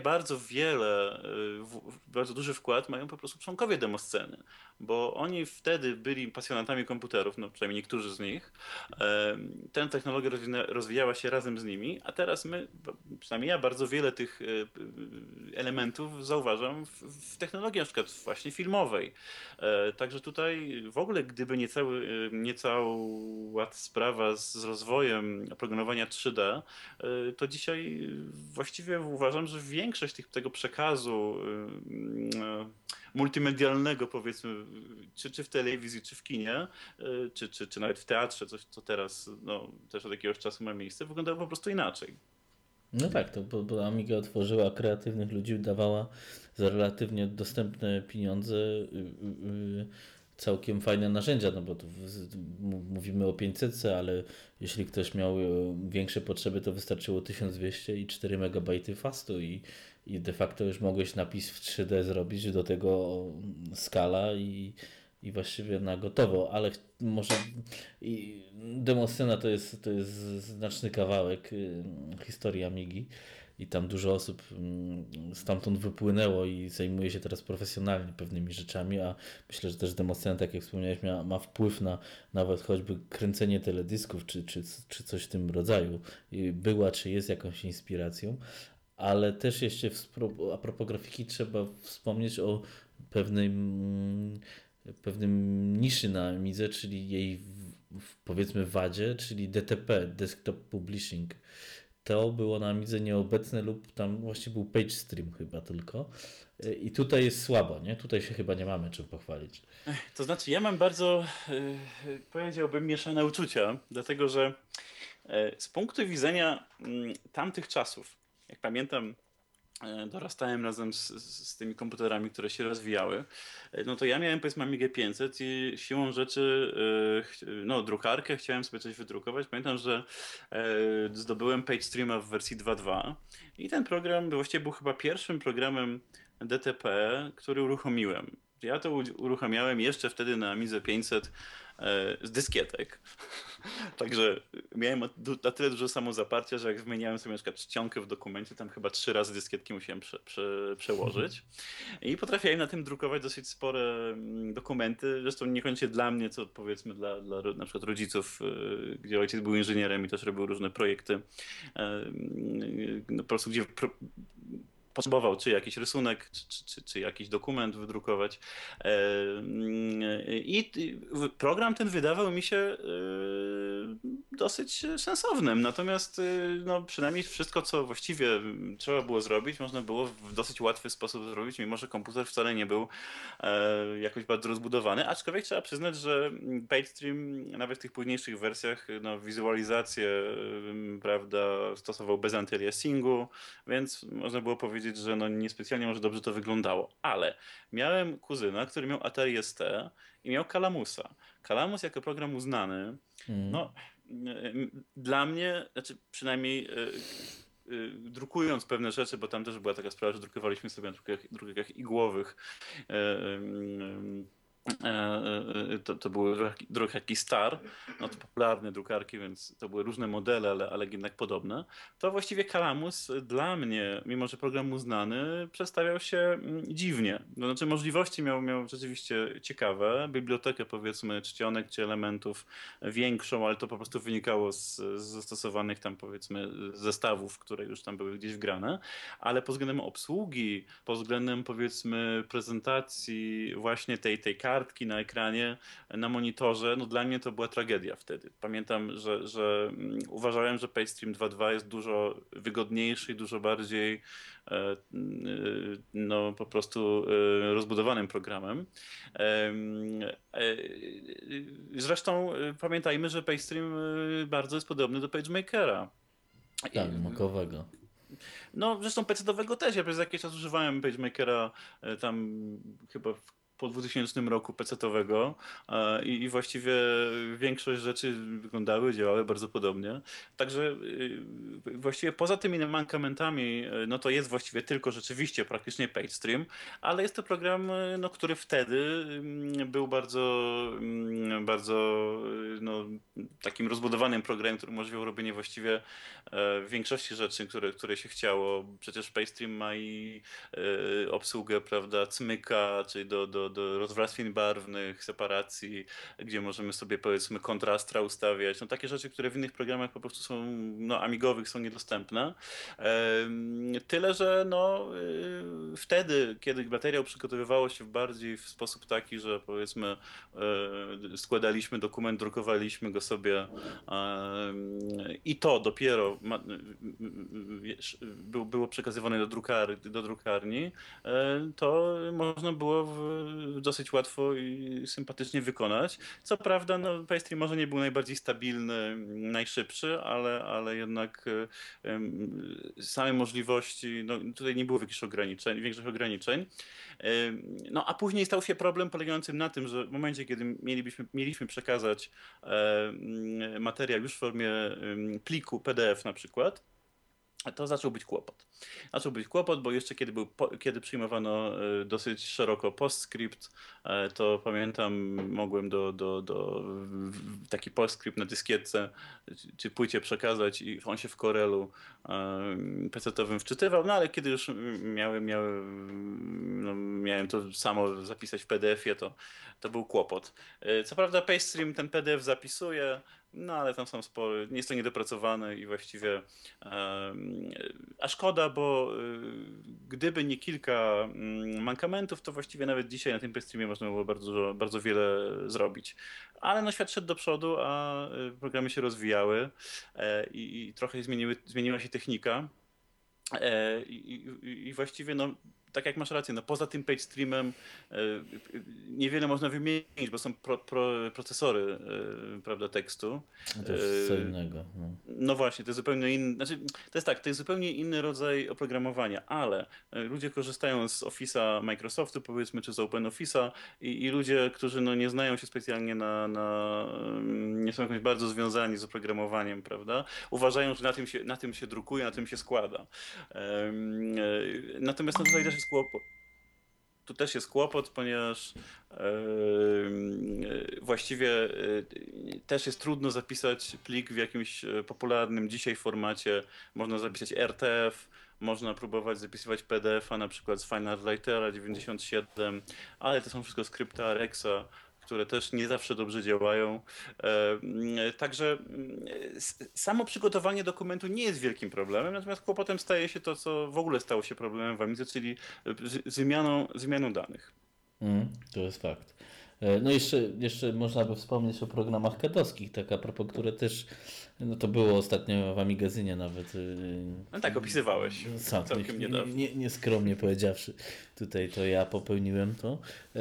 bardzo duży wkład mają po prostu członkowie demosceny, bo oni wtedy byli pasjonatami komputerów, no przynajmniej niektórzy z nich. Ten technologia rozwijała się razem z nimi, a teraz my, przynajmniej ja, bardzo wiele tych elementów zauważam w technologii na przykład właśnie filmowej. Także tutaj w ogóle gdyby nie cała sprawa z rozwojem oprogramowania 3D, to dzisiaj właściwie uważam, że większość tego przekazu multimedialnego, powiedzmy, czy w telewizji, czy w kinie, czy nawet w teatrze, coś co teraz no, też od jakiegoś czasu ma miejsce, wyglądało po prostu inaczej. No tak, bo Amiga otworzyła kreatywnych ludzi, dawała za relatywnie dostępne pieniądze całkiem fajne narzędzia, no bo tu mówimy o 500, ale jeśli ktoś miał większe potrzeby, to wystarczyło 1200 i 4 MB fastu i de facto już mogłeś napis w 3D zrobić, do tego skala i właściwie na gotowo, ale może i demoscena to jest znaczny kawałek historii Amigi i tam dużo osób stamtąd wypłynęło i zajmuje się teraz profesjonalnie pewnymi rzeczami, a myślę, że też demoscena, tak jak wspomniałeś, ma wpływ na nawet choćby kręcenie teledysków czy coś w tym rodzaju. I była czy jest jakąś inspiracją, ale też jeszcze a propos grafiki trzeba wspomnieć o pewnym niszy na Amidze, czyli jej powiedzmy wadzie, czyli DTP, Desktop Publishing. To było na Amidze nieobecne lub tam właśnie był page stream chyba tylko. I tutaj jest słabo, nie? Tutaj się chyba nie mamy czym pochwalić. To znaczy, ja mam bardzo, powiedziałbym, mieszane uczucia, dlatego że z punktu widzenia tamtych czasów, jak pamiętam, dorastałem razem z tymi komputerami, które się rozwijały, no to ja miałem powiedzmy Amigę 500 i siłą rzeczy, no drukarkę, chciałem sobie coś wydrukować. Pamiętam, że zdobyłem PageStreama w wersji 2.2 i ten program właściwie był chyba pierwszym programem DTP, który uruchomiłem. Ja to uruchamiałem jeszcze wtedy na Amidze 500 z dyskietek. Także miałem na tyle dużo samozaparcia, że jak wymieniałem sobie na przykład czcionkę w dokumencie, tam chyba 3 razy dyskietki musiałem przełożyć. I potrafiłem na tym drukować dosyć spore dokumenty. Zresztą niekoniecznie dla mnie, co powiedzmy dla na przykład rodziców, gdzie ojciec był inżynierem i też robił różne projekty. No, po prostu gdzie potrzebował czy jakiś rysunek, czy jakiś dokument wydrukować. I program ten wydawał mi się dosyć sensownym. Natomiast no, przynajmniej wszystko, co właściwie trzeba było zrobić, można było w dosyć łatwy sposób zrobić, mimo że komputer wcale nie był jakoś bardzo rozbudowany. Aczkolwiek trzeba przyznać, że PageStream nawet w tych późniejszych wersjach no, wizualizację prawda, stosował bez anti-aliasingu, więc można było powiedzieć, że no niespecjalnie może dobrze to wyglądało. Ale miałem kuzyna, który miał Atari ST i miał Calamusa. Calamus jako program uznany, no dla mnie, znaczy przynajmniej drukując pewne rzeczy, bo tam też była taka sprawa, że drukowaliśmy sobie na drukach igłowych. To były drukarki Star, no to popularne drukarki, więc to były różne modele, ale jednak podobne. To właściwie Calamus dla mnie, mimo że program uznany, przedstawiał się dziwnie. To znaczy możliwości miał rzeczywiście ciekawe, bibliotekę powiedzmy czcionek czy elementów większą, ale to po prostu wynikało z zastosowanych tam powiedzmy zestawów, które już tam były gdzieś wgrane, ale pod względem obsługi, pod względem powiedzmy prezentacji właśnie tej kartki na ekranie, na monitorze, no dla mnie to była tragedia wtedy. Pamiętam, że uważałem, że PageStream 2.2 jest dużo wygodniejszy i dużo bardziej no po prostu rozbudowanym programem. Zresztą pamiętajmy, że PageStream bardzo jest podobny do PageMakera. Tak, makowego. No, zresztą PC-owego też. Ja przez jakiś czas używałem PageMakera tam chyba po 2000 roku PC-owego i właściwie większość rzeczy wyglądały, działały bardzo podobnie. Także właściwie poza tymi mankamentami, no to jest właściwie tylko rzeczywiście praktycznie PageStream, ale jest to program, no, który wtedy był bardzo no, takim rozbudowanym programem, który umożliwiał robienie właściwie większości rzeczy, które się chciało. Przecież PageStream ma i obsługę, prawda, cmyka, czyli do rozwarstwień barwnych, separacji, gdzie możemy sobie powiedzmy kontrastra ustawiać. No takie rzeczy, które w innych programach po prostu są, no amigowych są niedostępne. Tyle, że no wtedy, kiedy materiał przygotowywało się bardziej w sposób taki, że powiedzmy składaliśmy dokument, drukowaliśmy go sobie i to dopiero było przekazywane do drukarni, to można było dosyć łatwo i sympatycznie wykonać. Co prawda, no, Pastry może nie był najbardziej stabilny, najszybszy, ale jednak same możliwości, no, tutaj nie było większych ograniczeń. No a później stał się problem polegający na tym, że w momencie, kiedy mieliśmy przekazać materiał już w formie pliku PDF na przykład, to zaczął być kłopot. Zaczął być kłopot, bo jeszcze kiedy przyjmowano dosyć szeroko PostScript, to pamiętam, mogłem taki PostScript na dyskietce czy płycie przekazać i on się w Corelu PC-owym wczytywał, no ale kiedy już miałem to samo zapisać w PDF-ie, to był kłopot. Co prawda PageStream ten PDF zapisuje, no ale tam są spory, nie jest to niedopracowane i właściwie a szkoda, bo gdyby nie kilka mankamentów, to właściwie nawet dzisiaj na tym PageStreamie można było bardzo, bardzo wiele zrobić. Ale no świat szedł do przodu, a programy się rozwijały i trochę zmieniła się technika. I właściwie, no, tak jak masz rację, no, poza tym page streamem niewiele można wymienić, bo są procesory, prawda, tekstu. To już co innego. No. No właśnie, to jest zupełnie inny, znaczy, to jest tak, to jest zupełnie inny rodzaj oprogramowania, ale ludzie korzystają z Office'a Microsoftu, powiedzmy, czy z OpenOffice'a i ludzie, którzy no, nie znają się specjalnie nie są jakoś bardzo związani z oprogramowaniem, prawda, uważają, że na tym się drukuje, na tym się składa. Natomiast no, tutaj też jest kłopot. Tu też jest kłopot, ponieważ właściwie też jest trudno zapisać plik w jakimś popularnym dzisiaj formacie. Można zapisać RTF, można próbować zapisywać PDF-a na przykład z Finalwritera 97, ale to są wszystko skrypty Arexa, które też nie zawsze dobrze działają. Także samo przygotowanie dokumentu nie jest wielkim problemem, natomiast kłopotem staje się to, co w ogóle stało się problemem w Amidze, czyli z wymianą danych. To jest fakt. No jeszcze można by wspomnieć o programach kadowskich, tak a propos, które też, no to było ostatnio w Amigazynie nawet. No tak, opisywałeś Sam, całkiem niedawno. nieskromnie powiedziawszy, tutaj to ja popełniłem to,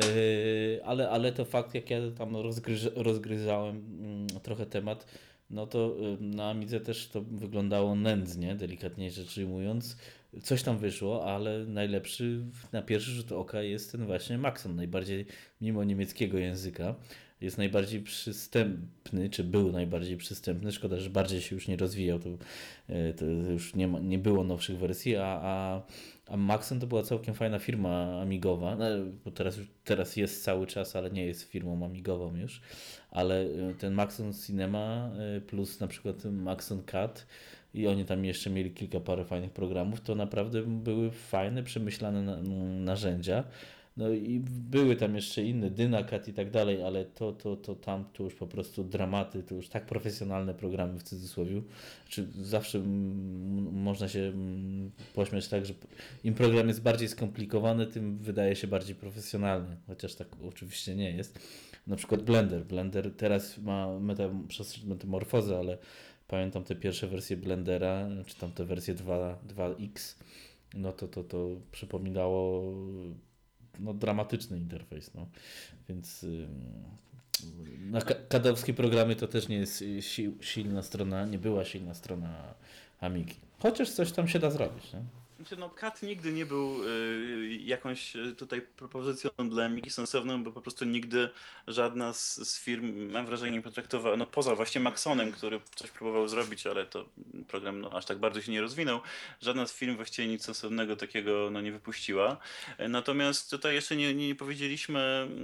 ale to fakt, jak ja tam rozgryzałem trochę temat, no to na Amidze też to wyglądało nędznie, delikatnie rzecz ujmując. Coś tam wyszło, ale najlepszy na pierwszy rzut oka jest ten właśnie Maxon, najbardziej mimo niemieckiego języka. Jest najbardziej przystępny, czy był najbardziej przystępny. Szkoda, że bardziej się już nie rozwijał. To już nie było nowszych wersji, a Maxon to była całkiem fajna firma amigowa, no, bo teraz jest cały czas, ale nie jest firmą amigową już. Ale ten Maxon Cinema plus na przykład Maxon CAD i oni tam jeszcze mieli parę fajnych programów, to naprawdę były fajne, przemyślane narzędzia. No i były tam jeszcze inne, Dynacat i tak dalej, ale to już po prostu dramaty, to już tak profesjonalne programy w cudzysłowie. Czy zawsze można się pośmiać tak, że im program jest bardziej skomplikowany, tym wydaje się bardziej profesjonalny, chociaż tak oczywiście nie jest. Na przykład Blender. Blender teraz ma metamorfozę, ale pamiętam te pierwsze wersje Blendera, czy tam te wersje 2X, no to przypominało no, dramatyczny interfejs, no. Więc na kadowskie programy to też nie jest silna strona, nie była silna strona Amigi. Chociaż coś tam się da zrobić, nie? Znaczy, no, CAD nigdy nie był jakąś tutaj propozycją dla Amigi sensowną, bo po prostu nigdy żadna z firm, mam wrażenie, nie potraktowała, no poza właśnie Maxonem, który coś próbował zrobić, ale to program no, aż tak bardzo się nie rozwinął, żadna z firm właściwie nic sensownego takiego no, nie wypuściła. Natomiast tutaj jeszcze nie powiedzieliśmy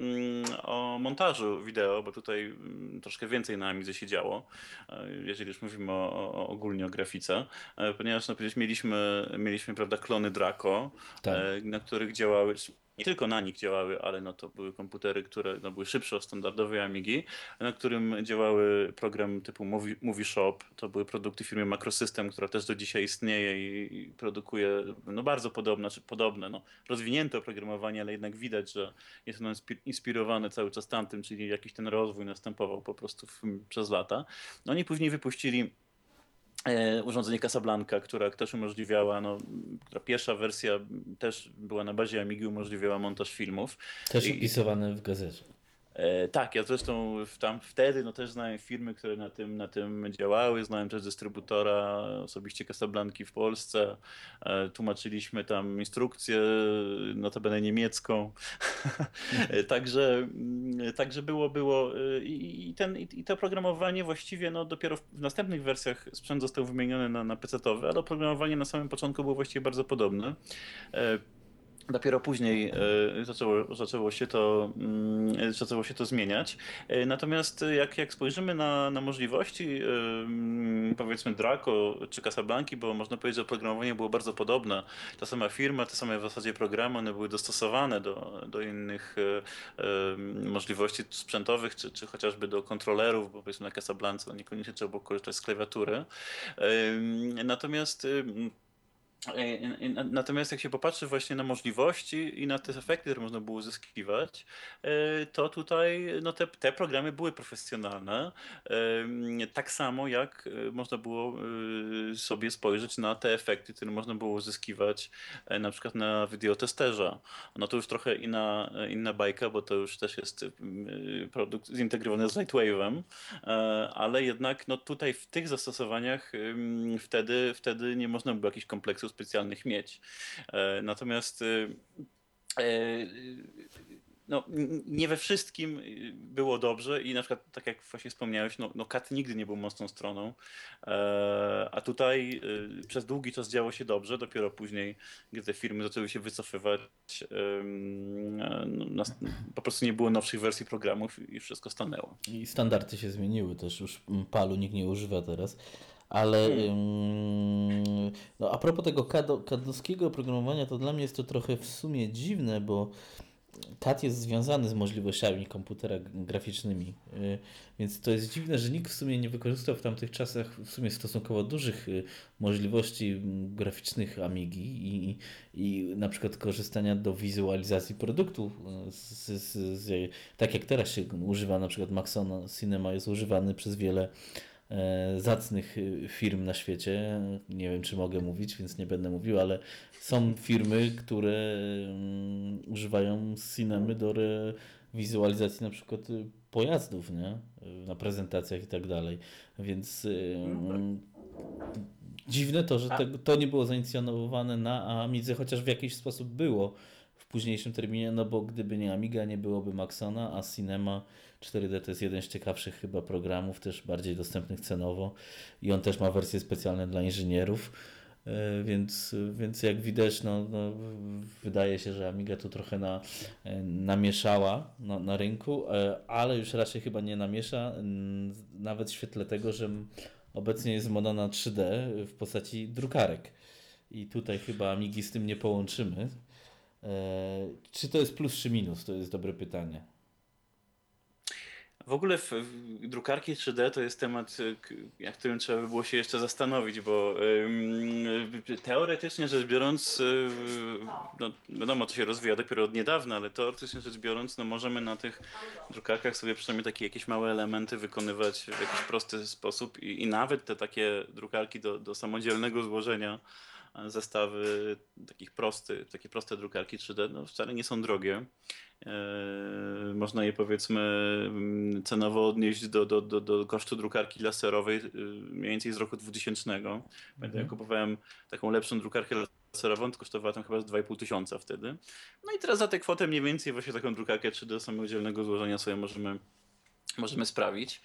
o montażu wideo, bo tutaj troszkę więcej na Amidze się działo, jeżeli już mówimy ogólnie o grafice, ponieważ no, przecież mieliśmy prawda, klony Draco, Tak. na których działały, nie tylko na nich działały, ale no to były komputery, które no, były szybsze od standardowej Amigi, na którym działały program typu Movie Shop. To były produkty firmy Macrosystem, która też do dzisiaj istnieje i produkuje no, bardzo podobne, no, rozwinięte oprogramowanie, ale jednak widać, że jest ono inspirowane cały czas tamtym, czyli jakiś ten rozwój następował po prostu przez lata. No, oni później wypuścili urządzenie Casablanca, która też umożliwiała, no, która pierwsza wersja też była na bazie Amigi, umożliwiała montaż filmów. Też I, opisywane w gazecie. tak, ja zresztą tam wtedy no, też znałem firmy, które na tym działały, znałem też dystrybutora osobiście Casablanki w Polsce, tłumaczyliśmy tam instrukcję, notabene niemiecką, także było i to programowanie właściwie no, dopiero w następnych wersjach sprzęt został wymieniony na PC-towy, ale oprogramowanie na samym początku było właściwie bardzo podobne. E, Dopiero później zaczęło się to zmieniać. Natomiast jak spojrzymy na możliwości, powiedzmy Draco czy Casablanki, bo można powiedzieć, że oprogramowanie było bardzo podobne. Ta sama firma, te same w zasadzie programy, one były dostosowane do innych możliwości sprzętowych, czy chociażby do kontrolerów, bo powiedzmy na Casablance no niekoniecznie trzeba było korzystać z klawiatury. Natomiast Natomiast jak się popatrzy właśnie na możliwości i na te efekty, które można było uzyskiwać, to tutaj no te programy były profesjonalne. Tak samo jak można było sobie spojrzeć na te efekty, które można było uzyskiwać na przykład na wideotesterze. No to już trochę inna bajka, bo to już też jest produkt zintegrowany z Lightwave'em, ale jednak no tutaj w tych zastosowaniach wtedy nie można było jakichś kompleksów specjalnych mieć. Natomiast e, no, nie we wszystkim było dobrze i na przykład, tak jak właśnie wspomniałeś, no CAD nigdy nie był mocną stroną, a tutaj przez długi czas działo się dobrze, dopiero później, gdy te firmy zaczęły się wycofywać, no, po prostu nie było nowszych wersji programów i wszystko stanęło. I standardy się zmieniły też, już palu nikt nie używa teraz. Ale no a propos tego kadowskiego oprogramowania, to dla mnie jest to trochę w sumie dziwne, bo CAD jest związany z możliwościami komputera graficznymi, więc to jest dziwne, że nikt w sumie nie wykorzystał w tamtych czasach w sumie stosunkowo dużych możliwości graficznych Amigi i na przykład korzystania do wizualizacji produktu. Tak jak teraz się używa, na przykład Maxona Cinema jest używany przez wiele zacnych firm na świecie. Nie wiem, czy mogę mówić, więc nie będę mówił, ale są firmy, które używają cinemy do wizualizacji na przykład pojazdów, nie? Na prezentacjach i tak dalej. Więc No tak. dziwne to, że to nie było zainicjonowane na Amidze, chociaż w jakiś sposób było w późniejszym terminie, no bo gdyby nie Amiga, nie byłoby Maxona, a Cinema 4D to jest jeden z ciekawszych chyba programów, też bardziej dostępnych cenowo i on też ma wersje specjalne dla inżynierów, więc jak widać, no, wydaje się, że Amiga tu trochę namieszała na rynku, ale już raczej chyba nie namiesza, nawet w świetle tego, że obecnie jest moda na 3D w postaci drukarek. I tutaj chyba Amigi z tym nie połączymy. Czy to jest plus czy minus? To jest dobre pytanie. W ogóle drukarki 3D to jest temat, nad którym trzeba by było się jeszcze zastanowić, bo teoretycznie rzecz biorąc, no, wiadomo, to się rozwija dopiero od niedawna, ale teoretycznie rzecz biorąc, no, możemy na tych drukarkach sobie przynajmniej takie jakieś małe elementy wykonywać w jakiś prosty sposób i nawet te takie drukarki do samodzielnego złożenia zestawy takie proste drukarki 3D, no wcale nie są drogie. Można je powiedzmy cenowo odnieść do kosztu drukarki laserowej mniej więcej z roku 2000. Pamiętam, ja kupowałem taką lepszą drukarkę laserową, to kosztowała tam chyba z 2,5 tysiąca wtedy. No i teraz za tę kwotę mniej więcej właśnie taką drukarkę 3D samodzielnego złożenia sobie możemy sprawić.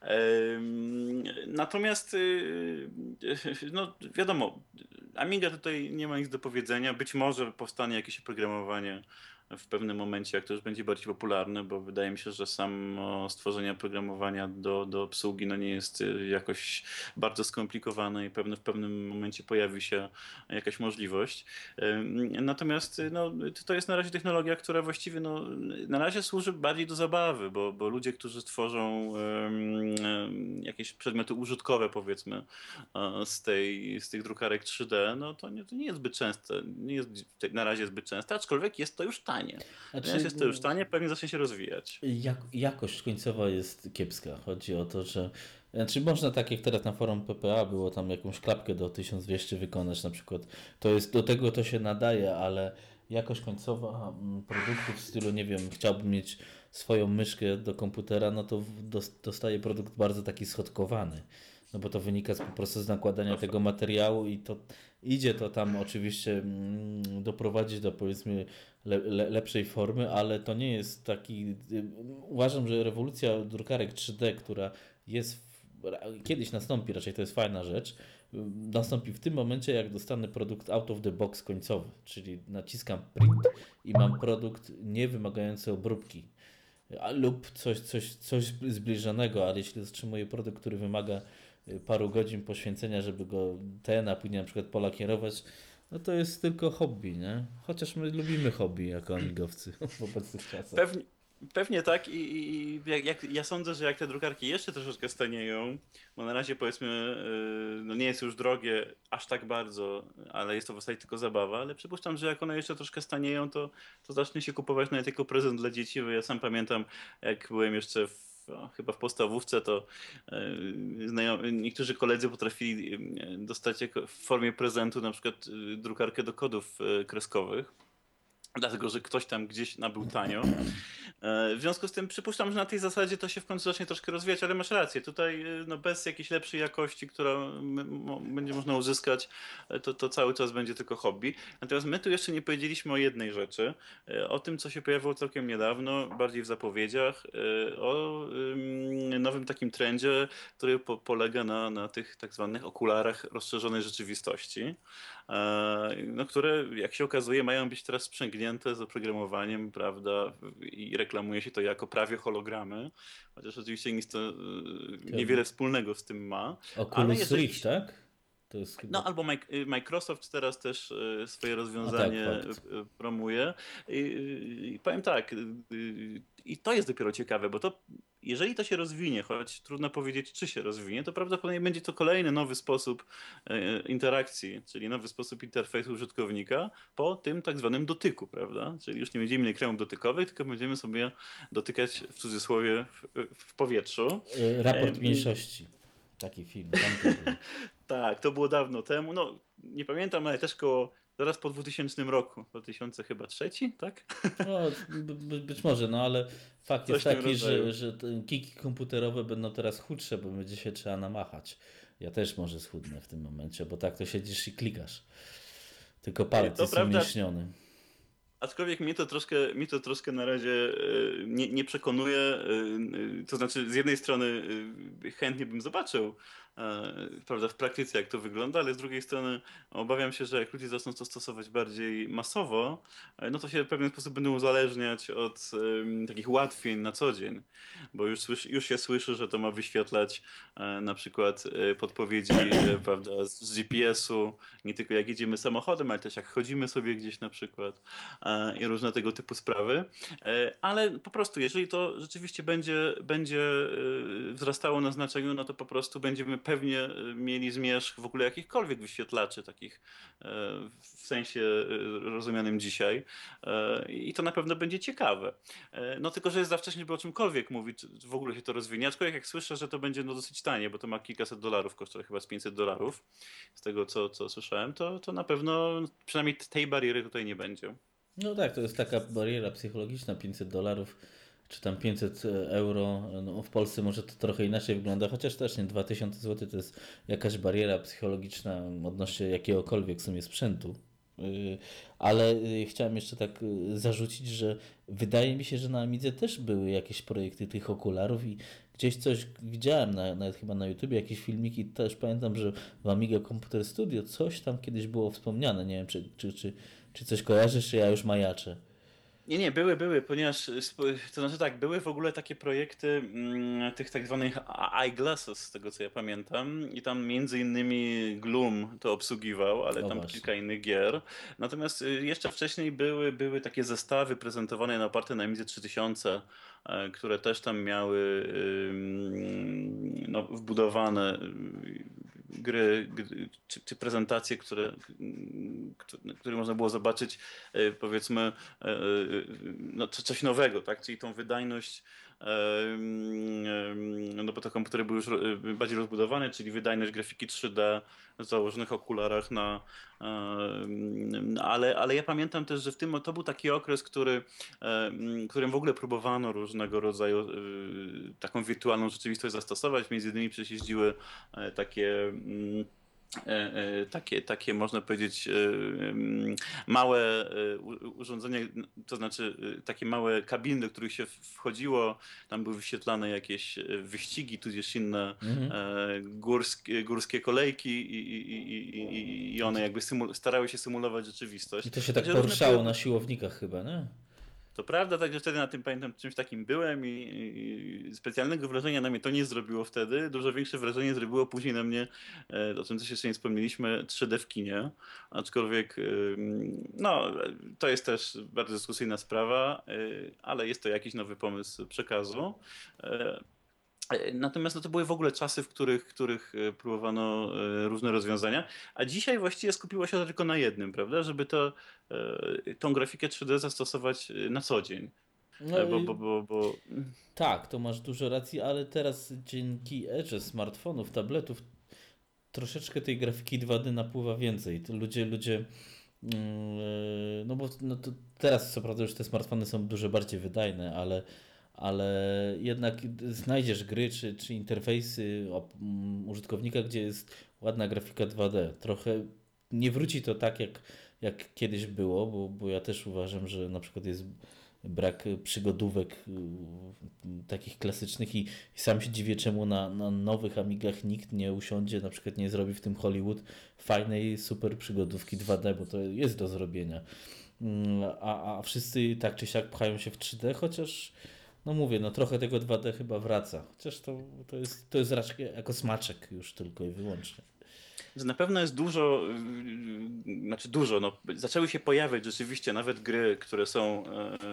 Natomiast no wiadomo, Amiga tutaj nie ma nic do powiedzenia. Być może powstanie jakieś oprogramowanie w pewnym momencie, jak to już będzie bardziej popularne, bo wydaje mi się, że samo stworzenie oprogramowania do obsługi no nie jest jakoś bardzo skomplikowane i w pewnym momencie pojawi się jakaś możliwość. Natomiast no, to jest na razie technologia, która właściwie no, na razie służy bardziej do zabawy, bo ludzie, którzy tworzą jakieś przedmioty użytkowe, powiedzmy, z tych drukarek 3D, no to nie jest zbyt częste, nie jest na razie zbyt częste, aczkolwiek jest to już tańsze tanie. Ponieważ Znaczy, jest to już tanie, pewnie zacznie się rozwijać. jakość końcowa jest kiepska. Chodzi o to, że znaczy można tak jak teraz na forum PPA było tam jakąś klapkę do 1200 wykonać na przykład. To jest do tego to się nadaje, ale jakość końcowa produktów w stylu, nie wiem, chciałbym mieć swoją myszkę do komputera, no to dostaję produkt bardzo taki schodkowany. No bo to wynika po prostu z nakładania To tego fakt. materiału i to idzie to tam oczywiście doprowadzić do powiedzmy lepszej formy, ale to nie jest taki. Uważam, że rewolucja drukarek 3D, która jest kiedyś nastąpi, raczej to jest fajna rzecz, nastąpi w tym momencie, jak dostanę produkt out of the box końcowy, czyli naciskam print i mam produkt nie wymagający obróbki. Lub coś zbliżonego, ale jeśli otrzymuję produkt, który wymaga paru godzin poświęcenia, żeby go a później na przykład polakierować, no to jest tylko hobby, nie? Chociaż my lubimy hobby jako amigowcy w obecnych czasach. Pewnie, pewnie tak i ja sądzę, że jak te drukarki jeszcze troszeczkę stanieją, bo na razie powiedzmy no nie jest już drogie aż tak bardzo, ale jest to w zasadzie tylko zabawa, ale przypuszczam, że jak one jeszcze troszkę stanieją, to zacznie się kupować nawet jako prezent dla dzieci, bo ja sam pamiętam jak byłem jeszcze chyba w podstawówce, to niektórzy koledzy potrafili dostać w formie prezentu na przykład drukarkę do kodów kreskowych. Dlatego, że ktoś tam gdzieś nabył tanio. W związku z tym przypuszczam, że na tej zasadzie to się w końcu zacznie troszkę rozwijać, ale masz rację. Tutaj no, bez jakiejś lepszej jakości, która będzie można uzyskać, to cały czas będzie tylko hobby. Natomiast my tu jeszcze nie powiedzieliśmy o jednej rzeczy, o tym, co się pojawiło całkiem niedawno, bardziej w zapowiedziach, o nowym takim trendzie, który polega na tych tak zwanych okularach rozszerzonej rzeczywistości. No, które jak się okazuje mają być teraz sprzęgnięte z oprogramowaniem, prawda, i reklamuje się to jako prawie hologramy, chociaż oczywiście nic to niewiele wspólnego z tym ma, ale Oculus jeżeli Rift, tak? To jest chyba. no albo Microsoft teraz też swoje A tak, rozwiązanie fakt. promuje. I powiem tak, i to jest dopiero ciekawe, bo to jeżeli to się rozwinie, choć trudno powiedzieć, czy się rozwinie, to prawdopodobnie będzie to kolejny nowy sposób interakcji, czyli nowy sposób interfejsu użytkownika po tym tak zwanym dotyku, prawda? Czyli już nie będziemy mieli ekranów dotykowych, tylko będziemy sobie dotykać w cudzysłowie w powietrzu. Raport mniejszości. Taki film, tam to było. Tak, to było dawno temu. No, nie pamiętam, ale też koło zaraz po 2000 roku. 2000 chyba trzeci, tak? No, być może, no ale fakt Coś jest w tym taki, rodzaju. że te kiki komputerowe będą teraz chudsze, bo będzie się trzeba namachać. Ja też może schudnę w tym momencie, bo tak to siedzisz i klikasz. Tylko palec To jest prawda, umieśniony. aczkolwiek mnie to troszkę na razie nie przekonuje. To znaczy, z jednej strony chętnie bym zobaczył, prawda, w praktyce jak to wygląda, ale z drugiej strony obawiam się, że jak ludzie zaczną to stosować bardziej masowo, no to się w pewien sposób będą uzależniać od takich ułatwień na co dzień, bo już się słyszy, że to ma wyświetlać na przykład podpowiedzi, prawda, z GPS-u, nie tylko jak jedziemy samochodem, ale też jak chodzimy sobie gdzieś na przykład i różne tego typu sprawy. Ale po prostu, jeżeli to rzeczywiście będzie wzrastało na znaczeniu, no to po prostu będziemy pewnie mieli zmierzch w ogóle jakichkolwiek wyświetlaczy, takich w sensie rozumianym dzisiaj. I to na pewno będzie ciekawe. No tylko, że jest za wcześnie, by o czymkolwiek mówić, czy w ogóle się to rozwinie. Aczkolwiek jak słyszę, że to będzie no dosyć tanie, bo to ma kilkaset dolarów, kosztuje chyba z $500, z tego co słyszałem, to na pewno przynajmniej tej bariery tutaj nie będzie. No tak, to jest taka bariera psychologiczna, $500 czy tam 500 euro. No, w Polsce może to trochę inaczej wygląda, chociaż też nie 2000 zł to jest jakaś bariera psychologiczna odnośnie jakiegokolwiek w sumie sprzętu. Ale chciałem jeszcze tak zarzucić, że wydaje mi się, że na Amidze też były jakieś projekty tych okularów i gdzieś coś widziałem, nawet chyba na YouTubie jakieś filmiki, też pamiętam, że w Amiga Computer Studio coś tam kiedyś było wspomniane, nie wiem czy coś kojarzysz, czy ja już majaczę. Nie, były, ponieważ, to znaczy tak, były w ogóle takie projekty tych tak zwanych eyeglasses, z tego co ja pamiętam, i tam między innymi Gloom to obsługiwał, ale O tam właśnie. kilka innych gier. Natomiast jeszcze wcześniej były takie zestawy prezentowane na oparte na Amidze 3000, które też tam miały no, wbudowane czy prezentacje, które można było zobaczyć, powiedzmy, no, coś nowego, tak? Czyli tą wydajność, no bo te komputery były już bardziej rozbudowane, czyli wydajność grafiki 3D w założonych okularach ale ja pamiętam też, że to był taki okres, którym w ogóle próbowano różnego rodzaju taką wirtualną rzeczywistość zastosować. Między innymi przecież jeździły takie takie można powiedzieć małe urządzenia, to znaczy takie małe kabiny, do których się wchodziło, tam były wyświetlane jakieś wyścigi, tudzież inne Mhm. górskie kolejki i one jakby starały się symulować I rzeczywistość. to się tak Także różne poruszało na próby. siłownikach chyba, nie? To prawda, także wtedy na tym pamiętam czymś takim byłem i specjalnego wrażenia na mnie to nie zrobiło wtedy. Dużo większe wrażenie zrobiło później na mnie, o czym też jeszcze nie wspomnieliśmy, 3D w kinie. Aczkolwiek, no, to jest też bardzo dyskusyjna sprawa, ale jest to jakiś nowy pomysł przekazu. E, Natomiast no, to były w ogóle czasy, w których próbowano różne rozwiązania, a dzisiaj właściwie skupiło się to tylko na jednym, prawda? Żeby tą grafikę 3D zastosować na co dzień. No i Bo tak, to masz dużo racji, ale teraz dzięki erze smartfonów, tabletów troszeczkę tej grafiki 2D napływa więcej. To ludzie no bo no to teraz co prawda już te smartfony są dużo bardziej wydajne, ale jednak znajdziesz gry czy interfejsy użytkownika, gdzie jest ładna grafika 2D. Trochę nie wróci to tak jak kiedyś było, bo ja też uważam, że na przykład jest brak przygodówek takich klasycznych i sam się dziwię, czemu na nowych Amigach nikt nie usiądzie, na przykład nie zrobi w tym Hollywood fajnej super przygodówki 2D, bo to jest do zrobienia. A wszyscy tak czy siak pchają się w 3D, chociaż no mówię, no trochę tego 2D chyba wraca. Chociaż to jest raczej jako smaczek już tylko i wyłącznie. że na pewno jest dużo, znaczy dużo, no, zaczęły się pojawiać rzeczywiście nawet gry, które są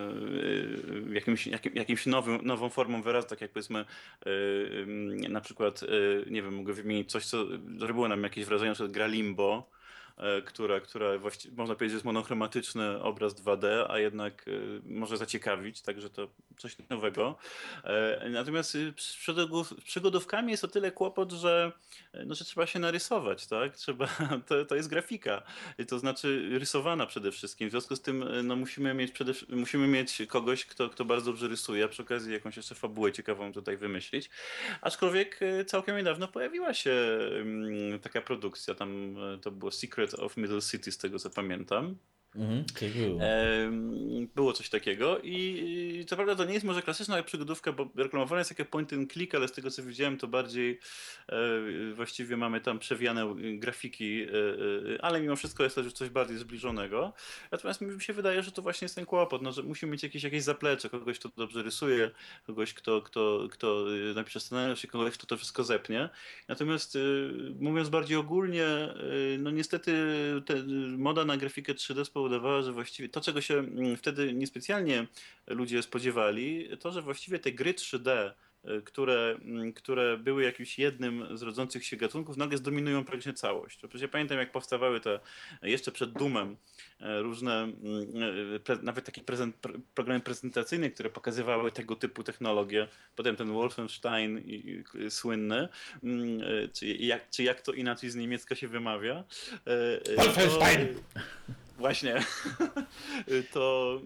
jakimś nową formą wyrazu, tak jak powiedzmy na przykład, nie wiem, mogę wymienić coś, co zrobiło nam jakieś wrażenie, na przykład gra Limbo, która właściwie można powiedzieć, że jest monochromatyczny obraz 2D, a jednak może zaciekawić, także to coś nowego. Natomiast z przygodówkami jest o tyle kłopot, że trzeba się narysować, tak? To jest grafika, to znaczy rysowana przede wszystkim. W związku z tym no, musimy mieć kogoś, kto bardzo dobrze rysuje, a przy okazji jakąś jeszcze fabułę ciekawą tutaj wymyślić. Aczkolwiek całkiem niedawno pojawiła się taka produkcja, tam to było Secret of Middle City, z tego co pamiętam. Coś było. Było coś takiego i co prawda to nie jest może klasyczna przygodówka, bo reklamowana jest jako point and click, ale z tego co widziałem to bardziej właściwie mamy tam przewijane grafiki, ale mimo wszystko jest to już coś bardziej zbliżonego. Natomiast mi się wydaje, że to właśnie jest ten kłopot, no, że musimy mieć jakieś zaplecze, kogoś kto dobrze rysuje, kogoś kto napisze scenariusz i kogoś kto to wszystko zepnie. Natomiast mówiąc bardziej ogólnie, no niestety moda na grafikę 3D spowodowała, że właściwie to, czego się wtedy niespecjalnie ludzie spodziewali, to, że właściwie te gry 3D, które były jakimś jednym z rodzących się gatunków, nagle zdominują praktycznie całość. Przecież ja pamiętam, jak powstawały te jeszcze przed Doomem różne, nawet takie programy prezentacyjne, które pokazywały tego typu technologie. Potem ten Wolfenstein słynny, czy jak to inaczej z niemiecka się wymawia, to Wolfenstein! właśnie, to,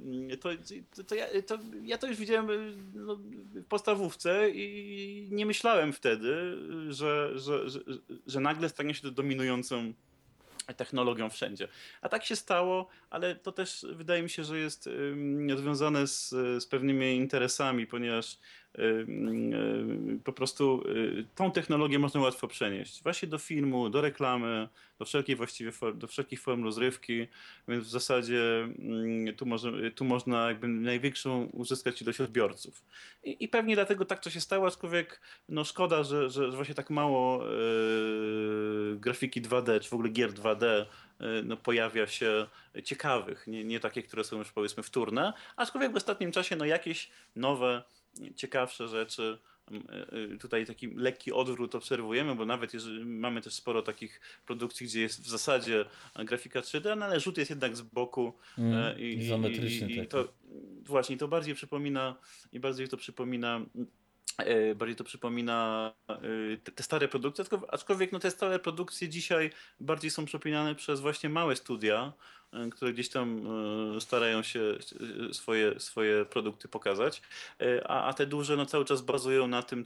ja to już widziałem no, w podstawówce i nie myślałem wtedy, że nagle stanie się to dominującą technologią wszędzie. A tak się stało, ale to też wydaje mi się, że jest związane z pewnymi interesami, ponieważ po prostu tą technologię można łatwo przenieść. Właśnie do filmu, do reklamy, do wszelkich form rozrywki, więc w zasadzie tu można jakby największą uzyskać ilość odbiorców. I pewnie dlatego tak to się stało, aczkolwiek no szkoda, że właśnie tak mało grafiki 2D, czy w ogóle gier 2D no, pojawia się ciekawych, nie takie, które są już powiedzmy wtórne, aczkolwiek w ostatnim czasie no, jakieś nowe, ciekawsze rzeczy tutaj taki lekki odwrót obserwujemy, bo nawet jeżeli mamy też sporo takich produkcji, gdzie jest w zasadzie grafika 3D, no ale rzut jest jednak z boku Izometryczny i taki. to właśnie to bardziej przypomina i bardziej to przypomina te stare produkcje, aczkolwiek no, te stare produkcje dzisiaj bardziej są przepinane przez właśnie małe studia, które gdzieś tam starają się swoje produkty pokazać, a te duże no, cały czas bazują na tym,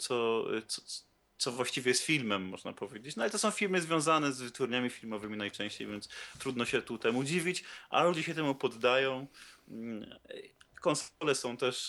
co właściwie jest filmem, można powiedzieć. No ale to są filmy związane z wytwórniami filmowymi najczęściej, więc trudno się tu temu dziwić, a ludzie się temu poddają. Mm, Konsole są też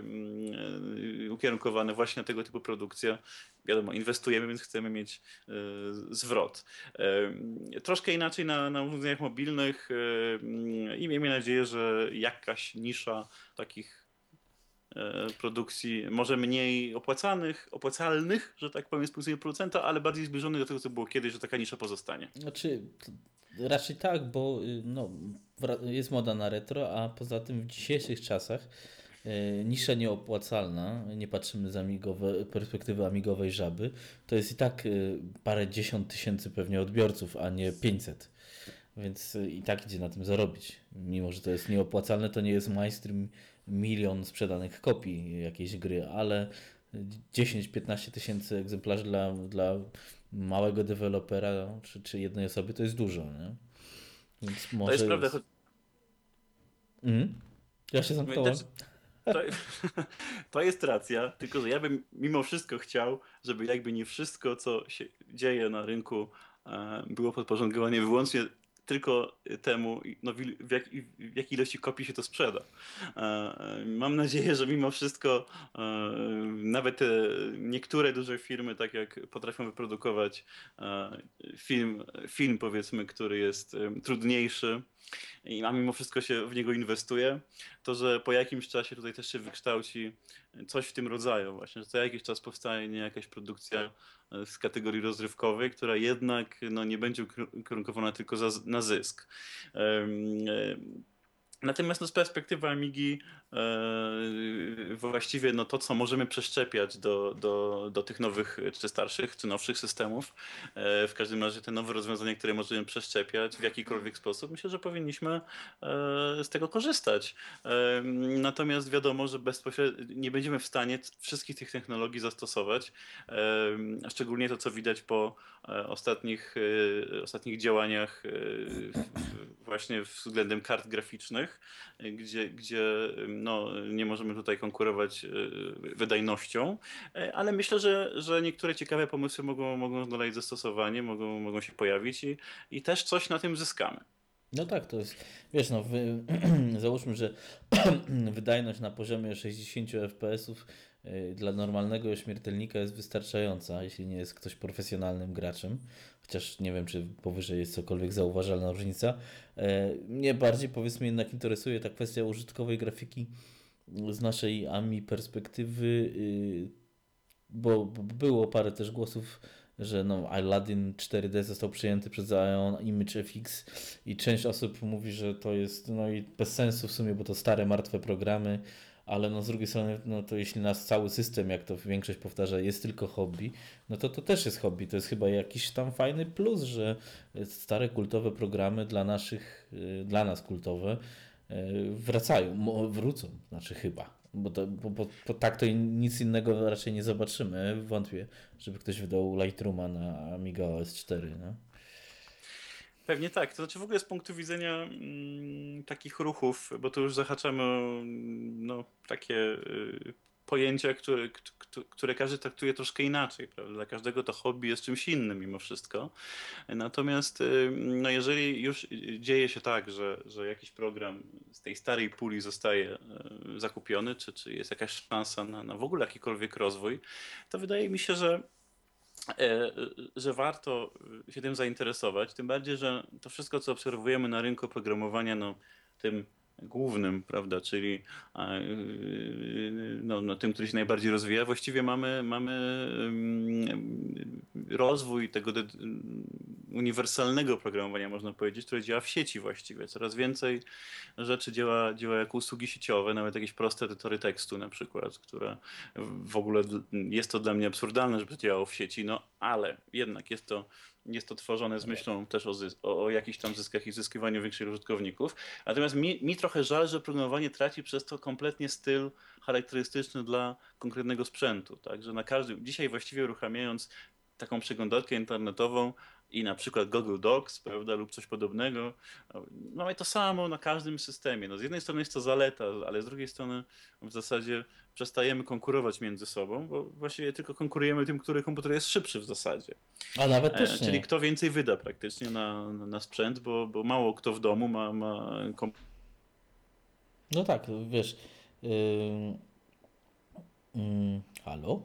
ukierunkowane właśnie na tego typu produkcje. Wiadomo, inwestujemy, więc chcemy mieć zwrot. Troszkę inaczej na urządzeniach mobilnych i miejmy nadzieję, że jakaś nisza takich produkcji może mniej opłacalnych, że tak powiem, z punktu widzenia producenta, ale bardziej zbliżonych do tego, co było kiedyś, że taka nisza pozostanie. Znaczy, raczej tak, bo no, jest moda na retro, a poza tym w dzisiejszych czasach nisza nieopłacalna, nie patrzymy z perspektywy amigowej żaby, to jest i tak parę dziesiąt tysięcy pewnie odbiorców, a nie 500. Więc i tak idzie na tym zarobić. Mimo, że to jest nieopłacalne, to nie jest mainstream milion sprzedanych kopii jakiejś gry, ale 10-15 tysięcy egzemplarzy dla małego dewelopera czy jednej osoby to jest dużo, nie? Więc To jest może prawda, jest. Mhm. Ja się zamknąłem. znaczy, to, to jest racja, tylko że ja bym mimo wszystko chciał, żeby jakby nie wszystko, co się dzieje na rynku, było podporządkowane wyłącznie tylko temu, no, w jakiej ilości kopii się to sprzeda. Mam nadzieję, że mimo wszystko nawet te niektóre duże firmy, tak jak potrafią wyprodukować film powiedzmy, który jest trudniejszy, a mimo wszystko się w niego inwestuje, to że po jakimś czasie tutaj też się wykształci coś w tym rodzaju właśnie, że co jakiś czas powstanie jakaś produkcja z kategorii rozrywkowej, która jednak no, nie będzie ukierunkowana tylko na zysk. Natomiast no, z perspektywy Amigi właściwie no, to, co możemy przeszczepiać do tych nowych, czy starszych, czy nowszych systemów, w każdym razie te nowe rozwiązania, które możemy przeszczepiać w jakikolwiek sposób, myślę, że powinniśmy z tego korzystać. Natomiast wiadomo, że bezpośrednio nie będziemy w stanie wszystkich tych technologii zastosować, a szczególnie to, co widać po ostatnich działaniach właśnie względem kart graficznych, gdzie no, nie możemy tutaj konkurować wydajnością, ale myślę, że niektóre ciekawe pomysły mogą znaleźć zastosowanie, mogą się pojawić i też coś na tym zyskamy. No tak, to jest, wiesz, no, załóżmy, że wydajność na poziomie 60 FPS-ów dla normalnego śmiertelnika jest wystarczająca, jeśli nie jest ktoś profesjonalnym graczem, chociaż nie wiem, czy powyżej jest cokolwiek zauważalna różnica. Mnie bardziej, powiedzmy, jednak interesuje ta kwestia użytkowej grafiki z naszej AMI perspektywy, bo było parę też głosów, że no, Aladdin 4D został przyjęty przez Ion Image FX i część osób mówi, że to jest no i bez sensu w sumie, bo to stare, martwe programy, ale no z drugiej strony, no to jeśli nasz cały system, jak to większość powtarza, jest tylko hobby, no to też jest hobby. To jest chyba jakiś tam fajny plus, że stare kultowe programy dla nas kultowe, wrócą, znaczy chyba. Bo tak to nic innego raczej nie zobaczymy. Wątpię, żeby ktoś wydał Lightrooma na Amiga OS 4. No? Pewnie tak. To znaczy w ogóle z punktu widzenia takich ruchów, bo tu już zahaczamy o no, takie pojęcia, które każdy traktuje troszkę inaczej, prawda? Dla każdego to hobby jest czymś innym mimo wszystko. Natomiast no, jeżeli już dzieje się tak, że jakiś program z tej starej puli zostaje zakupiony, czy jest jakaś szansa na w ogóle jakikolwiek rozwój, to wydaje mi się, że warto się tym zainteresować, tym bardziej, że to wszystko, co obserwujemy na rynku oprogramowania, no, tym głównym, prawda, czyli no, tym, który się najbardziej rozwija, właściwie mamy rozwój tego uniwersalnego programowania, można powiedzieć, które działa w sieci właściwie. Coraz więcej rzeczy działa jako usługi sieciowe, nawet jakieś proste edytory tekstu na przykład, które w ogóle jest to dla mnie absurdalne, żeby to działało w sieci, no ale jednak jest to tworzone z myślą też o jakichś tam zyskach i zyskiwaniu większych użytkowników. Natomiast mi trochę żal, że programowanie traci przez to kompletnie styl charakterystyczny dla konkretnego sprzętu. Tak? Że na każdym, dzisiaj właściwie uruchamiając taką przeglądarkę internetową i na przykład Google Docs, prawda, lub coś podobnego, mamy to samo na każdym systemie. No, z jednej strony jest to zaleta, ale z drugiej strony w zasadzie przestajemy konkurować między sobą, bo właściwie tylko konkurujemy tym, który komputer jest szybszy w zasadzie. A nawet też Czyli nie. kto więcej wyda praktycznie na sprzęt, bo mało kto w domu ma No tak, wiesz. Yy, halo?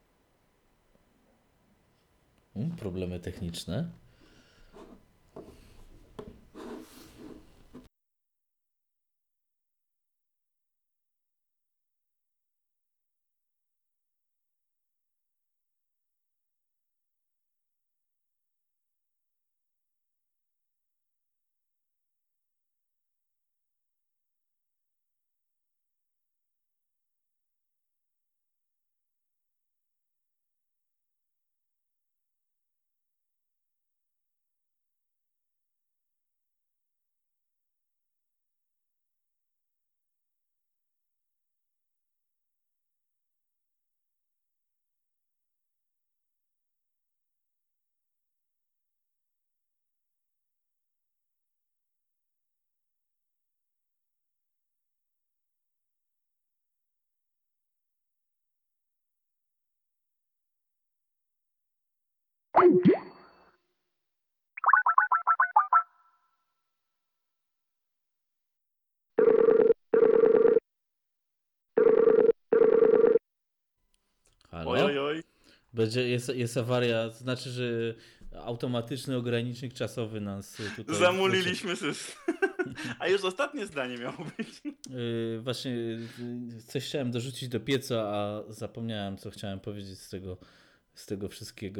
Problemy techniczne. oj, oj, Halo? oj. Jest awaria, to znaczy, że automatyczny ogranicznik czasowy nas tutaj włączy. Zamuliliśmy system. A już ostatnie zdanie miało być. Właśnie coś chciałem dorzucić do pieca, a zapomniałem, co chciałem powiedzieć z tego wszystkiego.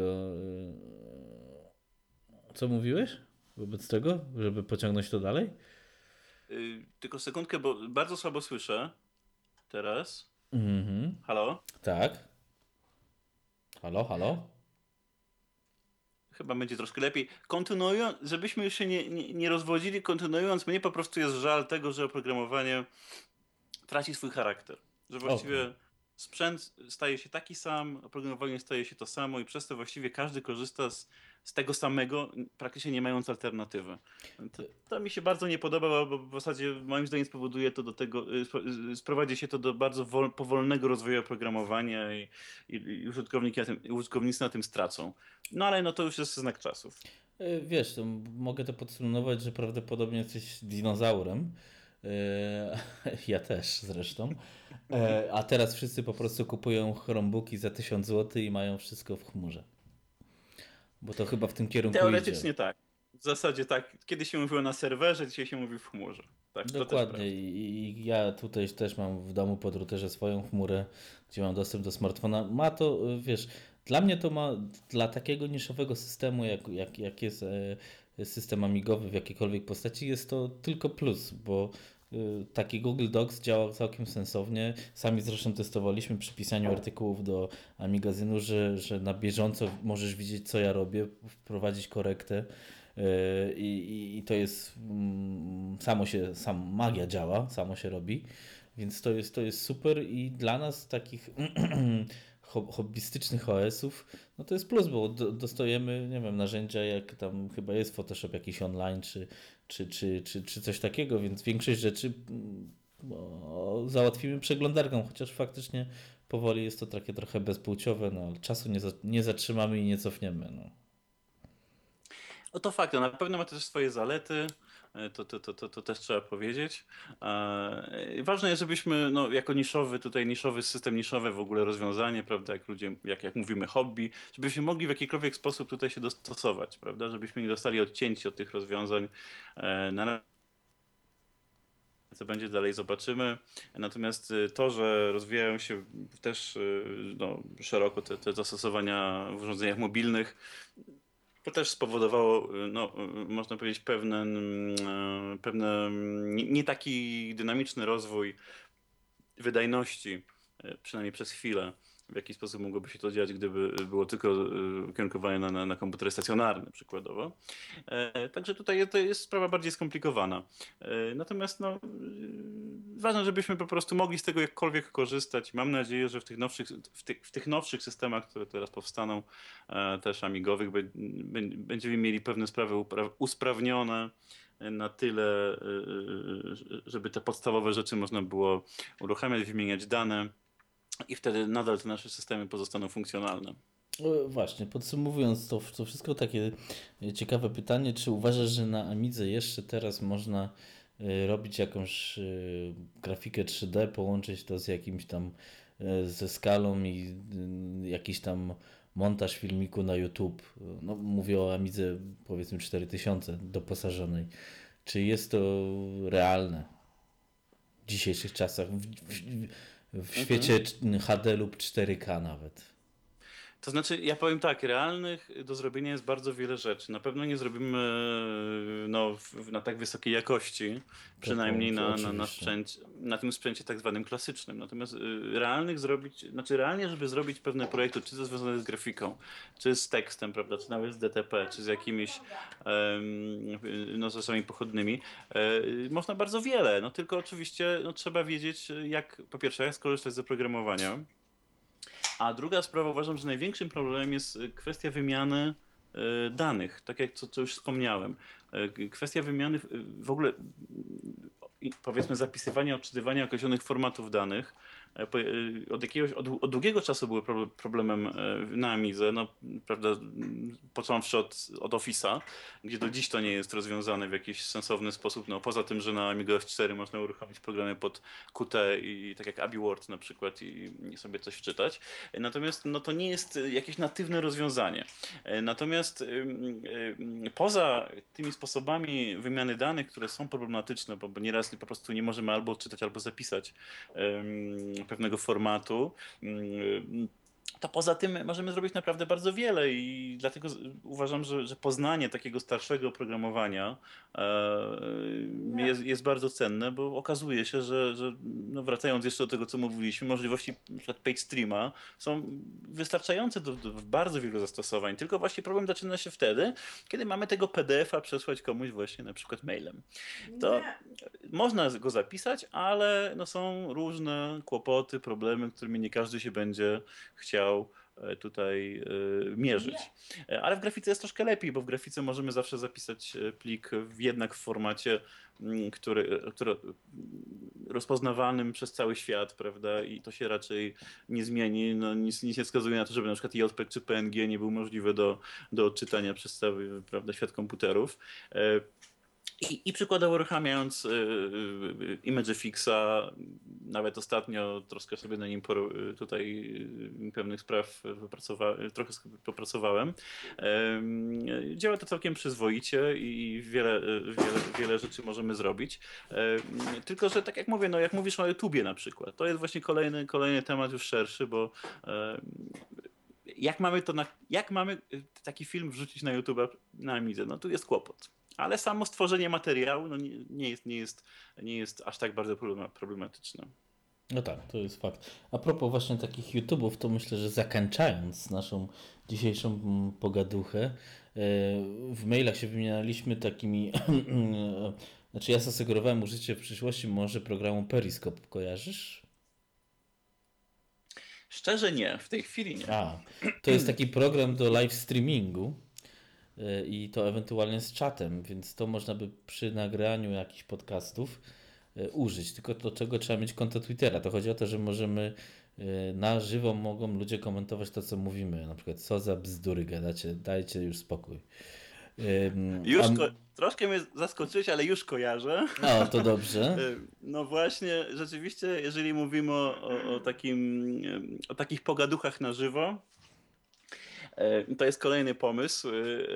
Co mówiłeś wobec tego, żeby pociągnąć to dalej? Tylko sekundkę, bo bardzo słabo słyszę teraz. Mhm. Halo? Tak. Halo, halo? Chyba będzie troszkę lepiej. Kontynuując, żebyśmy już się nie rozwodzili, kontynuując, mnie po prostu jest żal tego, że oprogramowanie traci swój charakter. Że Okej. właściwie sprzęt staje się taki sam, oprogramowanie staje się to samo i przez to właściwie każdy korzysta z tego samego, praktycznie nie mając alternatywy. To mi się bardzo nie podoba, bo w zasadzie moim zdaniem spowoduje to do tego, sprowadzi się to do bardzo powolnego rozwoju oprogramowania i użytkownicy na tym stracą. No ale no to już jest znak czasów. Wiesz, to mogę to podsumować, że prawdopodobnie jesteś dinozaurem. Ja też zresztą. A teraz wszyscy po prostu kupują Chromebooki za 1000 zł i mają wszystko w chmurze. Bo to chyba w tym kierunku idzie. Teoretycznie tak. W zasadzie tak. Kiedyś się mówiło na serwerze, dzisiaj się mówi w chmurze. Tak, to też Dokładnie. prawda. I ja tutaj też mam w domu pod routerze swoją chmurę, gdzie mam dostęp do smartfona. Ma to, wiesz, dla mnie to ma, dla takiego niszowego systemu, jak jest system amigowy w jakiejkolwiek postaci, jest to tylko plus, bo taki Google Docs działa całkiem sensownie. Sami zresztą testowaliśmy przy pisaniu artykułów do Amigazynu, że na bieżąco możesz widzieć, co ja robię, wprowadzić korektę. I to jest magia działa, samo się robi, więc to jest super i dla nas takich hobbystycznych OS-ów, no to jest plus, bo dostajemy, nie wiem, narzędzia jak tam chyba jest Photoshop jakiś online, czy coś takiego, więc większość rzeczy załatwimy przeglądarką, chociaż faktycznie powoli jest to takie trochę bezpłciowe, no ale czasu nie zatrzymamy i nie cofniemy, no. No to fakt, no, na pewno ma też swoje zalety. To też trzeba powiedzieć. Ważne jest, żebyśmy no, jako niszowy system, niszowe w ogóle rozwiązanie, prawda, jak ludzie, jak mówimy hobby, żebyśmy mogli w jakikolwiek sposób tutaj się dostosować, prawda, żebyśmy nie zostali odcięci od tych rozwiązań. Na co będzie dalej, zobaczymy. Natomiast to, że rozwijają się też no, szeroko te zastosowania w urządzeniach mobilnych, To też spowodowało, no, można powiedzieć, pewne nie taki dynamiczny rozwój wydajności, przynajmniej przez chwilę. W jaki sposób mogłoby się to dziać, gdyby było tylko ukierunkowane na komputery stacjonarne przykładowo. Także tutaj to jest sprawa bardziej skomplikowana. Natomiast no, ważne, żebyśmy po prostu mogli z tego jakkolwiek korzystać. Mam nadzieję, że w tych nowszych systemach, które teraz powstaną, też amigowych, będziemy mieli pewne sprawy usprawnione na tyle, żeby te podstawowe rzeczy można było uruchamiać, wymieniać dane i wtedy nadal te nasze systemy pozostaną funkcjonalne. Właśnie, podsumowując to wszystko, takie ciekawe pytanie, czy uważasz, że na Amidze jeszcze teraz można robić jakąś grafikę 3D, połączyć to z jakimś tam, ze skalą i jakiś tam montaż filmiku na YouTube? No, mówię o Amidze powiedzmy 4000 doposażonej. Czy jest to realne w dzisiejszych czasach, w Mhm. świecie HD lub 4K nawet? To znaczy, ja powiem tak, realnych do zrobienia jest bardzo wiele rzeczy. Na pewno nie zrobimy no, na tak wysokiej jakości, przynajmniej Oczywiście. na tym sprzęcie tak zwanym klasycznym. Natomiast realnych zrobić, znaczy realnie, żeby zrobić pewne projekty, czy to związane z grafiką, czy z tekstem, prawda, czy nawet z DTP, czy z jakimiś no, zasobami pochodnymi, można bardzo wiele. No tylko oczywiście no, trzeba wiedzieć, jak po pierwsze, jak skorzystać z oprogramowania. A druga sprawa, uważam, że największym problemem jest kwestia wymiany danych, tak jak co już wspomniałem. Kwestia wymiany w ogóle powiedzmy zapisywania, odczytywania określonych formatów danych od długiego czasu były problemem na Amidze, no, prawda, począwszy od Office'a, gdzie do dziś to nie jest rozwiązane w jakiś sensowny sposób, no, poza tym, że na Amiga F4 można uruchomić programy pod Qt i tak jak AbiWord na przykład i sobie coś wczytać. Natomiast no, to nie jest jakieś natywne rozwiązanie. Natomiast poza tymi sposobami wymiany danych, które są problematyczne, bo nieraz po prostu nie możemy albo odczytać, albo zapisać pewnego formatu, to poza tym możemy zrobić naprawdę bardzo wiele i dlatego uważam, że poznanie takiego starszego oprogramowania jest bardzo cenne, bo okazuje się, że no wracając jeszcze do tego, co mówiliśmy, możliwości np. page streama są wystarczające do bardzo wielu zastosowań. Tylko właśnie problem zaczyna się wtedy, kiedy mamy tego PDF-a przesłać komuś właśnie na przykład mailem. To można go zapisać, ale no są różne kłopoty, problemy, którymi nie każdy się będzie chciał tutaj mierzyć. Ale w grafice jest troszkę lepiej, bo w grafice możemy zawsze zapisać plik jednak w formacie, który rozpoznawalnym przez cały świat, prawda? I to się raczej nie zmieni. No, nic nie wskazuje na to, żeby na przykład JPEG czy PNG nie był możliwy do odczytania przez cały, prawda, świat komputerów. I przykładowo uruchamiając ImageFixa, nawet ostatnio troszkę sobie na nim tutaj pewnych spraw trochę popracowałem. Działa to całkiem przyzwoicie i wiele rzeczy możemy zrobić. Tylko, że tak jak mówię, no jak mówisz o YouTubie na przykład, to jest właśnie kolejny temat już szerszy, bo jak mamy taki film wrzucić na YouTube na Amidze? No tu jest kłopot. Ale samo stworzenie materiału no nie jest aż tak bardzo problematyczne. No tak, to jest fakt. A propos właśnie takich YouTube'ów, to myślę, że zakończając naszą dzisiejszą pogaduchę, w mailach się wymienialiśmy takimi, znaczy ja zasugerowałem użycie w przyszłości może programu Periscope, kojarzysz? Szczerze nie, w tej chwili nie. A, to jest taki program do live streamingu i to ewentualnie z czatem, więc to można by przy nagraniu jakichś podcastów użyć. Tylko do czego trzeba mieć konto Twittera. To chodzi o to, że możemy na żywo mogą ludzie komentować to, co mówimy. Na przykład, co za bzdury gadacie, dajcie już spokój. A, Troszkę mnie zaskoczyłeś, ale już kojarzę. a to dobrze. No właśnie, rzeczywiście, jeżeli mówimy o takich pogaduchach na żywo, to jest kolejny pomysł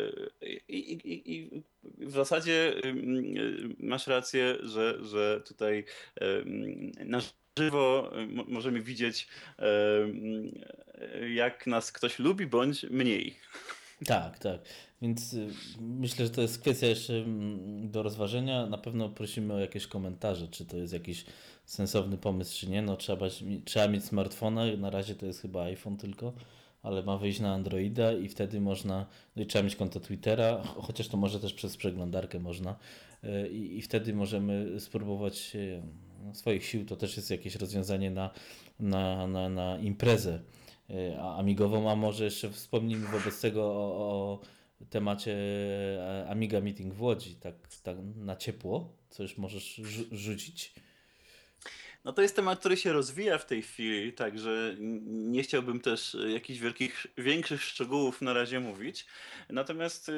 i w zasadzie masz rację, że tutaj na żywo możemy widzieć, jak nas ktoś lubi bądź mniej. Tak, tak. Więc myślę, że to jest kwestia jeszcze do rozważenia. Na pewno prosimy o jakieś komentarze, czy to jest jakiś sensowny pomysł, czy nie. No trzeba mieć smartfona, na razie to jest chyba iPhone tylko, ale ma wyjść na Androida i wtedy można, no i trzeba mieć konto Twittera, chociaż to może też przez przeglądarkę można. I wtedy możemy spróbować swoich sił. To też jest jakieś rozwiązanie na imprezę amigową, a może jeszcze wspomnijmy wobec tego o temacie Amiga Meeting w Łodzi, tak na ciepło, co już możesz rzucić. No to jest temat, który się rozwija w tej chwili, także nie chciałbym też jakichś większych szczegółów na razie mówić. Natomiast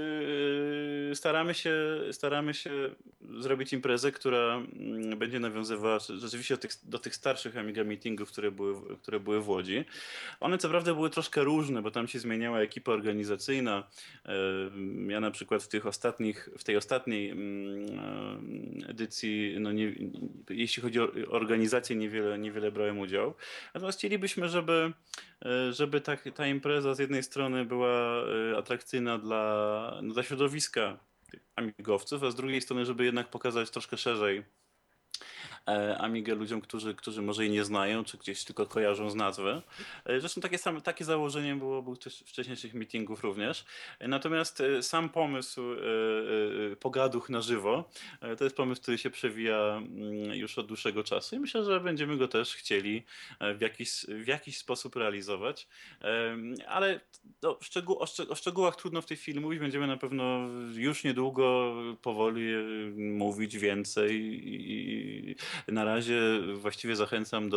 staramy się zrobić imprezę, która będzie nawiązywała rzeczywiście do tych starszych Amiga Meetingów, które były w Łodzi. One co prawda były troszkę różne, bo tam się zmieniała ekipa organizacyjna. Ja na przykład w tej ostatniej edycji, no nie, jeśli chodzi o organizację, niewiele brałem udział. Natomiast chcielibyśmy, żeby ta impreza z jednej strony była atrakcyjna dla środowiska tych amigowców, a z drugiej strony, żeby jednak pokazać troszkę szerzej Amigę ludziom, którzy może jej nie znają, czy gdzieś tylko kojarzą z nazwy. Zresztą takie założenie było też wcześniejszych meetingów również. Natomiast sam pomysł pogaduch na żywo, to jest pomysł, który się przewija już od dłuższego czasu i myślę, że będziemy go też chcieli w jakiś sposób realizować. Ale no, o szczegółach trudno w tej chwili mówić. Będziemy na pewno już niedługo powoli mówić więcej i na razie właściwie zachęcam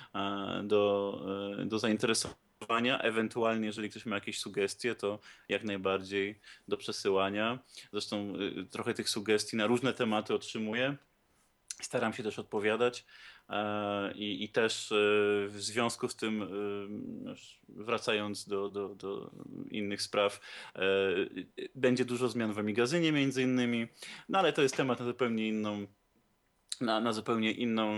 do zainteresowania. Ewentualnie, jeżeli ktoś ma jakieś sugestie, to jak najbardziej do przesyłania. Zresztą trochę tych sugestii na różne tematy otrzymuję. Staram się też odpowiadać. I też w związku z tym, wracając do innych spraw, będzie dużo zmian w Amigazynie między innymi, no ale to jest temat na zupełnie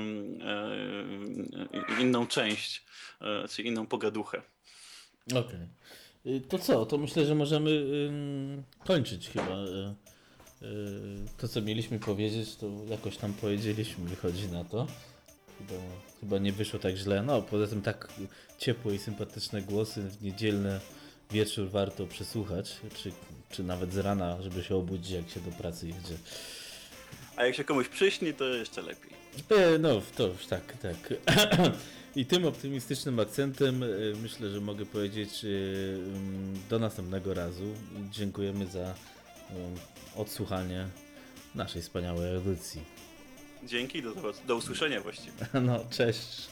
inną część, czy inną pogaduchę. Okej. To co? To myślę, że możemy kończyć chyba. To, co mieliśmy powiedzieć, to jakoś tam powiedzieliśmy, wychodzi na to. Chyba nie wyszło tak źle. No, poza tym tak ciepłe i sympatyczne głosy w niedzielny wieczór warto przesłuchać, czy nawet z rana, żeby się obudzić, jak się do pracy jedzie. A jak się komuś przyśni, to jeszcze lepiej. No, to już tak. I tym optymistycznym akcentem myślę, że mogę powiedzieć do następnego razu. Dziękujemy za odsłuchanie naszej wspaniałej audycji. Dzięki, do usłyszenia właściwie. No, cześć.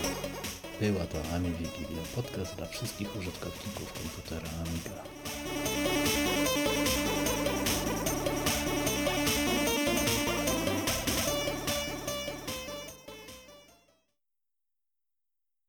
Była to AmiWigilia, podcast dla wszystkich użytkowników komputera Amiga.